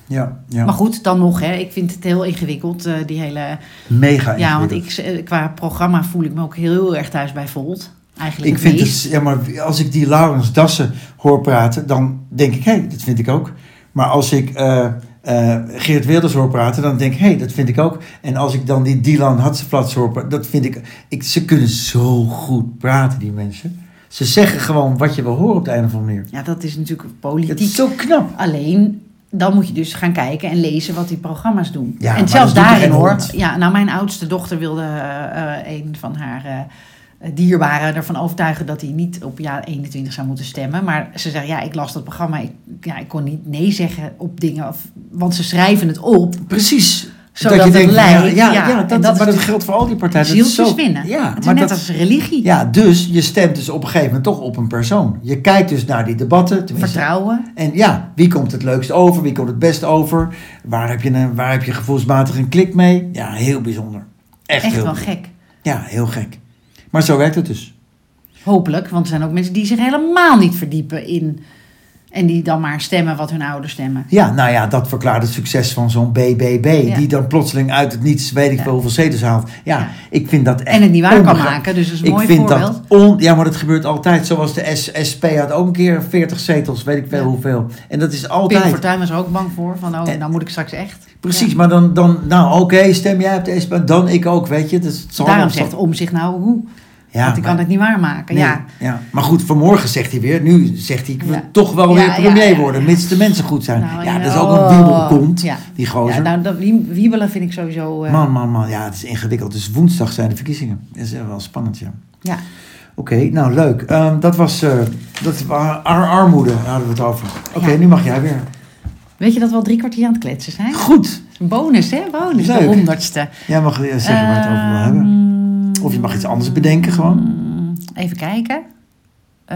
Ja, ja. Maar goed, dan nog, hè. Ik vind het heel ingewikkeld, uh, die hele... Mega ja, ingewikkeld. want ik, qua programma voel ik me ook heel, heel erg thuis bij Volt. Eigenlijk ik vind het, ja, maar als ik die Laurens Dassen hoor praten, dan denk ik, hé, hey, dat vind ik ook. Maar als ik uh, uh, Geert Wilders hoor praten, dan denk ik, hé, hey, dat vind ik ook. En als ik dan die Dylan Hatzeflats hoor praten, dat vind ik, ik... Ze kunnen zo goed praten, die mensen. Ze zeggen gewoon wat je wil horen op de een of andere manier. Ja, dat is natuurlijk politiek. Dat is zo knap. Alleen, dan moet je dus gaan kijken en lezen wat die programma's doen. Ja, en zelfs daarin hoor. Hond. Ja, nou, mijn oudste dochter wilde uh, een van haar uh, dierbaren ervan overtuigen dat hij niet op jaar eenentwintig zou moeten stemmen. Maar ze zei, ja, ik las dat programma. Ik, ja, ik kon niet nee zeggen op dingen. Of, want ze schrijven het op. Precies. Zodat dat je het denkt, lijkt. Ja, ja, ja, ja dat, dat maar is dat geldt voor al die partijen. Zieltjes winnen. Ja, het is maar net dat, als religie. Ja, dus je stemt dus op een gegeven moment toch op een persoon. Je kijkt dus naar die debatten. Vertrouwen. En ja, wie komt het leukst over? Wie komt het best over? Waar heb je, een, waar heb je gevoelsmatig een klik mee? Ja, heel bijzonder. Echt, Echt heel wel bijzonder. gek. Ja, heel gek. Maar zo werkt het dus. Hopelijk, want er zijn ook mensen die zich helemaal niet verdiepen in... En die dan maar stemmen wat hun ouders stemmen. Ja, nou ja, dat verklaart het succes van zo'n B B B. Ja. Die dan plotseling uit het niets, weet ik ja. veel hoeveel zetels haalt. Ja, ja, ik vind dat echt... En het niet waar kan maken, dus dat is een ik mooi vind voorbeeld. Dat on, ja, maar dat gebeurt altijd. Zoals de S P had ook een keer veertig zetels, weet ik veel ja. hoeveel. En dat is altijd... Pim Fortuyn was er ook bang voor. Van, oh, en, nou moet ik straks echt... Precies, ja. maar dan, dan nou oké, okay, stem jij op de S P, dan ik ook, weet je. Dus het zal Daarom zegt Omtzigt nou hoe... Ja, want ik kan het niet waarmaken. Nee, ja. Ja. Maar goed, vanmorgen zegt hij weer. Nu zegt hij, ik wil ja. toch wel ja, weer premier ja, ja, worden. ja. Mits de mensen goed zijn. Nou, ja, ja, dat is ook oh, een wiebelkont. Ja. Die gozer. Ja, nou, dat wiebelen vind ik sowieso... Uh... Man, man, man. Ja, het is ingewikkeld. Dus woensdag zijn de verkiezingen. Dat is wel spannend, ja. Ja. Oké, okay, nou leuk. Um, dat was... Uh, dat ar armoede, daar hadden we het over. Oké, okay, ja. nu mag jij weer. Weet je dat we al drie kwartier aan het kletsen zijn? Goed. Een bonus, hè? Bonus. Leuk. De honderdste. Jij mag zeggen uh, waar je het over wil hebben. Of je mag iets anders bedenken gewoon. Even kijken. Uh,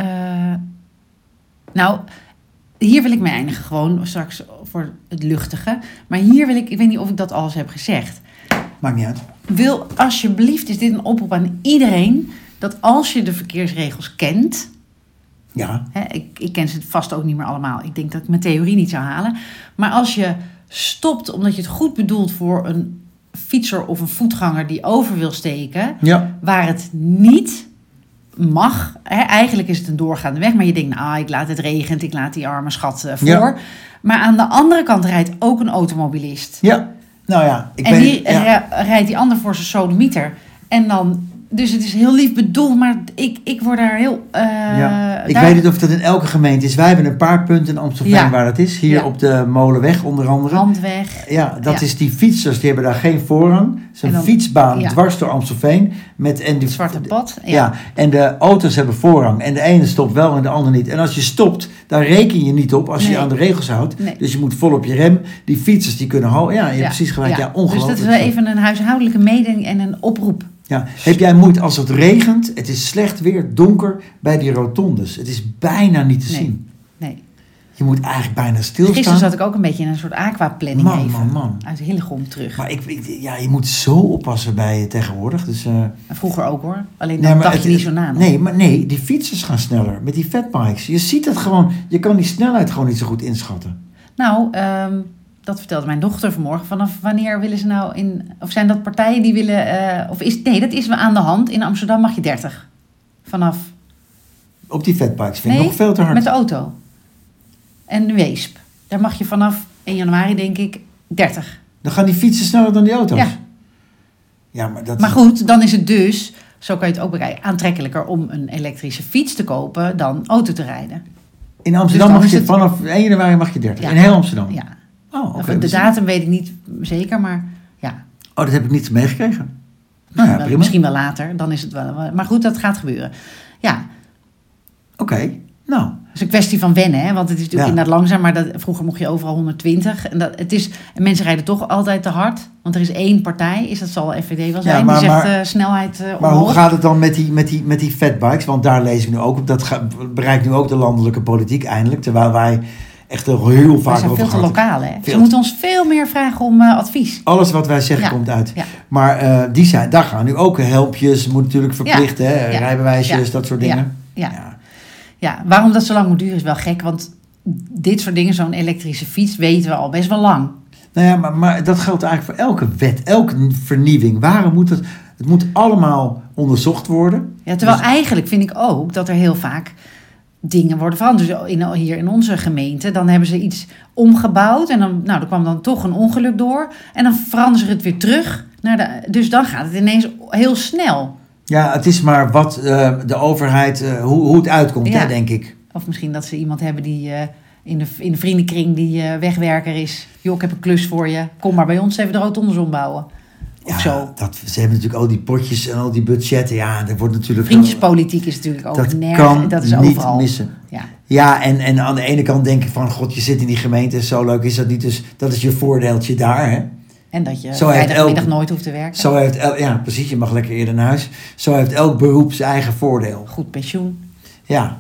nou, hier wil ik mee eindigen. Gewoon straks voor het luchtige. Maar hier wil ik... Ik weet niet of ik dat alles heb gezegd. Maakt niet uit. Wil alsjeblieft, is dit een oproep aan iedereen... dat als je de verkeersregels kent... Ja. Hè, ik, ik ken ze vast ook niet meer allemaal. Ik denk dat ik mijn theorie niet zou halen. Maar als je stopt omdat je het goed bedoelt voor een fietser of een voetganger die over wil steken... Ja. Waar het niet mag. Hè, eigenlijk is het een doorgaande weg. Maar je denkt, nou, ik laat het regent. Ik laat die arme schat uh, voor. Ja. Maar aan de andere kant rijdt ook een automobilist. Ja, nou ja. Ik en ben, die ja. rijdt die ander voor zijn sodemieter. En dan... Dus het is heel lief bedoeld, maar ik, ik word daar heel... Uh, ja. Ik daar... weet niet of dat in elke gemeente is. Wij hebben een paar punten in Amstelveen ja. waar het is. Hier ja. op de Molenweg onder andere. Handweg. Ja, dat ja. is die fietsers, die hebben daar geen voorrang. Het is een dan, fietsbaan ja. dwars door Amstelveen. Met, en die, zwarte pad. Ja. ja, en de auto's hebben voorrang. En de ene stopt wel en de andere niet. En als je stopt, daar reken je niet op als nee. je aan de regels houdt. Nee. Dus je moet vol op je rem. Die fietsers die kunnen houden. Ja, je ja. hebt precies gelijk. Ja, ja ongelooflijk. Dus dat is wel even een huishoudelijke mededeling en een oproep. Ja. Heb jij moeite als het regent, het is slecht weer, donker, bij die rotondes? Het is bijna niet te nee. zien. Nee. Je moet eigenlijk bijna stilstaan. Gisteren zat ik ook een beetje in een soort aquaplanning man, even. Man, man. Uit Hillegom terug. Maar ik, ik, ja, je moet zo oppassen bij je tegenwoordig. Dus, uh... Vroeger ook hoor. Alleen dan nee, dacht het, je niet zo na. Nee, maar nee, die fietsers gaan sneller. Met die fatbikes. Je ziet het gewoon. Je kan die snelheid gewoon niet zo goed inschatten. Nou, um, dat vertelde mijn dochter vanmorgen. Vanaf wanneer willen ze nou in... Of zijn dat partijen die willen... Uh, of is, nee, dat is aan de hand. In Amsterdam mag je dertig. Vanaf... Op die fatbikes vind ik nee, nog veel te hard. met de auto. En Weesp. Daar mag je vanaf één januari, denk ik, dertig. Dan gaan die fietsen sneller dan die auto's? Ja. Ja, maar dat maar goed, dan is het dus, zo kan je het ook bekijken, aantrekkelijker om een elektrische fiets te kopen dan auto te rijden. In Amsterdam dus mag je het... vanaf één januari mag je dertig. Ja. In heel Amsterdam? Ja. Oh, okay. De datum weet ik niet zeker, maar ja. Oh, dat heb ik niet meegekregen. Nou ja, prima. Misschien wel later, dan is het wel. Maar goed, dat gaat gebeuren. Ja. Oké, okay. Nou. Het is een kwestie van wennen, hè? Want het is natuurlijk ja. inderdaad langzaam, maar dat, vroeger mocht je overal honderdtwintig. En, dat, het is, en mensen rijden toch altijd te hard. Want er is één partij, is dat zal F V D wel zijn, ja, maar, die zegt maar, uh, snelheid uh, Maar hoe gaat het dan met die, met, die, met die fatbikes? Want daar lees ik nu ook op. Dat ga, bereikt nu ook de landelijke politiek eindelijk. Terwijl wij echt heel, heel vaak over zijn veel te lokaal, hè? Veel Ze moeten ons veel meer vragen om uh, advies. Alles wat wij zeggen ja. komt uit. Ja. Maar uh, die zijn, daar gaan nu ook helmpjes, moet natuurlijk verplicht, ja. hè? Ja. Rijbewijsjes, ja. dat soort dingen. Ja. Ja. Ja, waarom dat zo lang moet duren is wel gek, want dit soort dingen, zo'n elektrische fiets, weten we al best wel lang. Nou ja, maar, maar dat geldt eigenlijk voor elke wet, elke vernieuwing. Waarom moet het... Het moet allemaal onderzocht worden. Ja, terwijl dus, eigenlijk vind ik ook dat er heel vaak dingen worden veranderd. Dus in, hier in onze gemeente, dan hebben ze iets omgebouwd. En dan, nou, er kwam dan toch een ongeluk door. En dan veranderen ze het weer terug. Naar de, dus dan gaat het ineens heel snel. Ja, het is maar wat uh, de overheid, uh, hoe, hoe het uitkomt, ja. hè, denk ik. Of misschien dat ze iemand hebben die uh, in, de, in de vriendenkring die uh, wegwerker is. Joh, ik heb een klus voor je. Kom maar bij ons even de rotondes ombouwen. Of ja, zo. Dat, ze hebben natuurlijk al die potjes en al die budgetten. Ja, dat wordt natuurlijk... Vriendjespolitiek is natuurlijk ook dat nergens. Kan dat is niet overal. missen. Ja, ja en, en aan de ene kant denk ik van... God, je zit in die gemeente, zo leuk is dat niet. Dus dat is je voordeeltje daar, hè. En dat je zo vrijdagmiddag elk, nooit hoeft te werken. Zo heeft el, ja, precies. Je mag lekker eerder naar huis. Zo heeft elk beroep zijn eigen voordeel. Goed pensioen. Ja.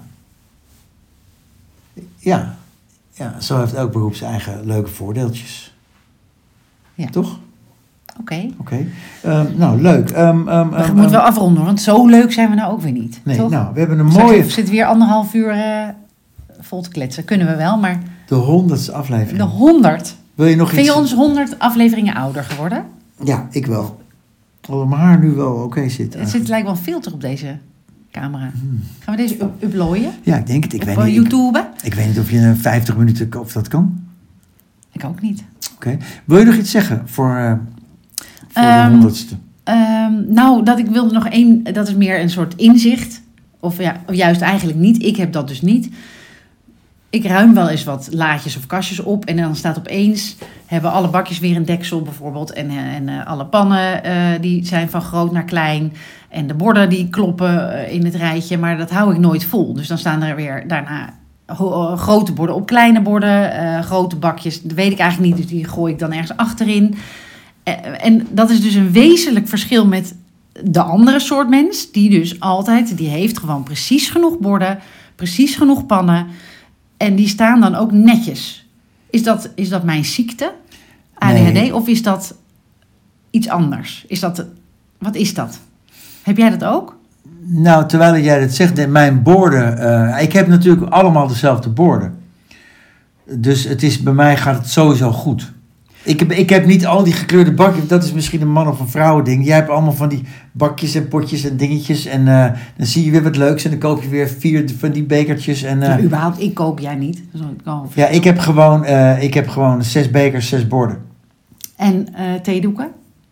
Ja. Ja, zo heeft elk beroep zijn eigen leuke voordeeltjes. Ja. Toch? Oké. Okay. Oké. Okay. Um, nou, leuk. Um, um, we um, moeten um, wel afronden, want zo leuk zijn we nou ook weer niet. Nee, toch? nou, we hebben een Straks mooie... We zitten weer anderhalf uur uh, vol te kletsen. Kunnen we wel, maar... De honderdste aflevering. De honderd. Wil je nog Vind iets... je ons honderd afleveringen ouder geworden? Ja, ik wel. Alhoewel mijn haar nu wel oké okay zit. Het zit, lijkt wel een filter op deze camera. Hmm. Gaan we deze up- uploaden? Ja, ik denk het. Ik op weet niet, YouTube? Ik, ik weet niet of je vijftig minuten... Of dat kan. Ik ook niet. Oké. Okay. Wil je nog iets zeggen voor, uh, voor um, de honderdste? Um, nou, dat ik wilde nog één... Dat is meer een soort inzicht. Of, ja, of juist eigenlijk niet. Ik heb dat dus niet. Ik ruim wel eens wat laadjes of kastjes op. En dan staat opeens... Hebben alle bakjes weer een deksel bijvoorbeeld. En, en uh, alle pannen uh, die zijn van groot naar klein. En de borden die kloppen uh, in het rijtje. Maar dat hou ik nooit vol. Dus dan staan er weer daarna... Ho- grote borden op kleine borden, uh, grote bakjes, dat weet ik eigenlijk niet, dus die gooi ik dan ergens achterin. Uh, en dat is dus een wezenlijk verschil met de andere soort mens, die dus altijd, die heeft gewoon precies genoeg borden, precies genoeg pannen, en die staan dan ook netjes. Is dat, is dat mijn ziekte, A D H D, nee. Of is dat iets anders? Is dat, wat is dat? Heb jij dat ook? Nou, terwijl jij dat zegt, mijn borden... Uh, ik heb natuurlijk allemaal dezelfde borden. Dus het is, bij mij gaat het sowieso goed. Ik heb, ik heb niet al die gekleurde bakjes. Dat is misschien een man of een vrouwen ding. Jij hebt allemaal van die bakjes en potjes en dingetjes. En uh, dan zie je weer wat leuks. En dan koop je weer vier van die bekertjes. En, uh, ja, überhaupt, ik koop, jij niet. Dus ik ja, ik heb, gewoon, uh, ik heb gewoon zes bekers, zes borden. En uh, theedoeken?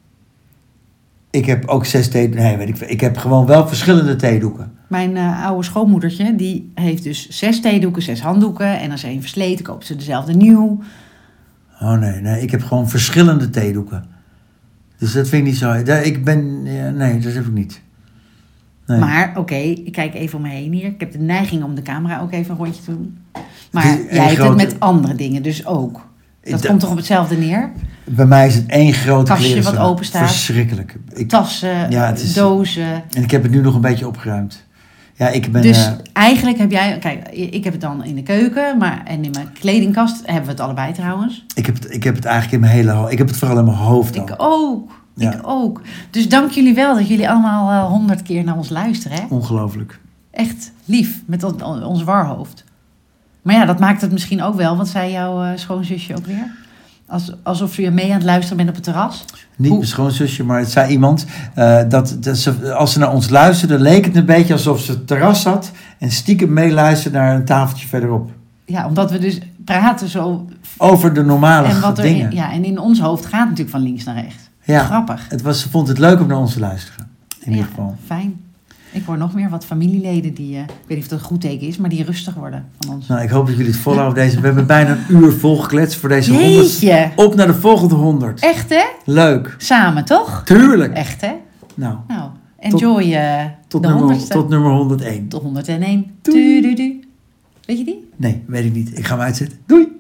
Ik heb ook zes theedoeken. Nee, weet ik, ik heb gewoon wel verschillende theedoeken. Mijn uh, oude schoonmoedertje, die heeft dus zes theedoeken, zes handdoeken. En als er een versleten, koopt ze dezelfde nieuw. Oh nee, nee, ik heb gewoon verschillende theedoeken. Dus dat vind ik niet zo... Ik ben... Nee, dat heb ik niet. Nee. Maar, oké, okay, ik kijk even om me heen hier. Ik heb de neiging om de camera ook even een rondje te doen. Maar jij hebt grote... het met andere dingen dus ook. Dat da... komt toch op hetzelfde neer? Bij mij is het één groot kastje wat open staat. Verschrikkelijk. Ik, Tassen, ja, het is, dozen. En ik heb het nu nog een beetje opgeruimd. Ja, ik ben... Dus uh, eigenlijk heb jij... Kijk, ik heb het dan in de keuken. Maar, en in mijn kledingkast hebben we het allebei trouwens. Ik heb het, ik heb het eigenlijk in mijn hele hoofd. Ik heb het vooral in mijn hoofd Ik al. ook. Ja. Ik ook. Dus dank jullie wel dat jullie allemaal honderd uh, keer naar ons luisteren. Hè? Ongelooflijk. Echt lief. Met on, on, ons warhoofd. Maar ja, dat maakt het misschien ook wel. Wat zei jouw uh, schoonzusje ook weer? Als, alsof je mee aan het luisteren bent op het terras? Niet Hoe? mijn schoonzusje, maar het zei iemand... Uh, dat, dat ze, als ze naar ons luisterde, leek het een beetje alsof ze het terras zat... en stiekem meeluisterde naar een tafeltje verderop. Ja, omdat we dus praten zo... Over de normale en wat er dingen. In, ja, en in ons hoofd gaat het natuurlijk van links naar rechts. Ja, grappig. Het was, ze vond het leuk om naar ons te luisteren. In ja, ieder geval. Fijn. Ik hoor nog meer wat familieleden die... Uh, ik weet niet of dat een goed teken is, maar die rustig worden van ons. Nou, ik hoop dat jullie het volhouden. Deze, we hebben bijna een uur volgekletst voor deze Jeetje. honderd. Op naar de volgende honderd. Echt, hè? Leuk. Samen, toch? Tuurlijk. Echt, hè? Nou. Nou, enjoy uh, tot, de nummer, honderdste. tot nummer honderdéén. Tot honderdéén. Doei. Doei, doei. Weet je die? Nee, weet ik niet. Ik ga hem uitzetten. Doei.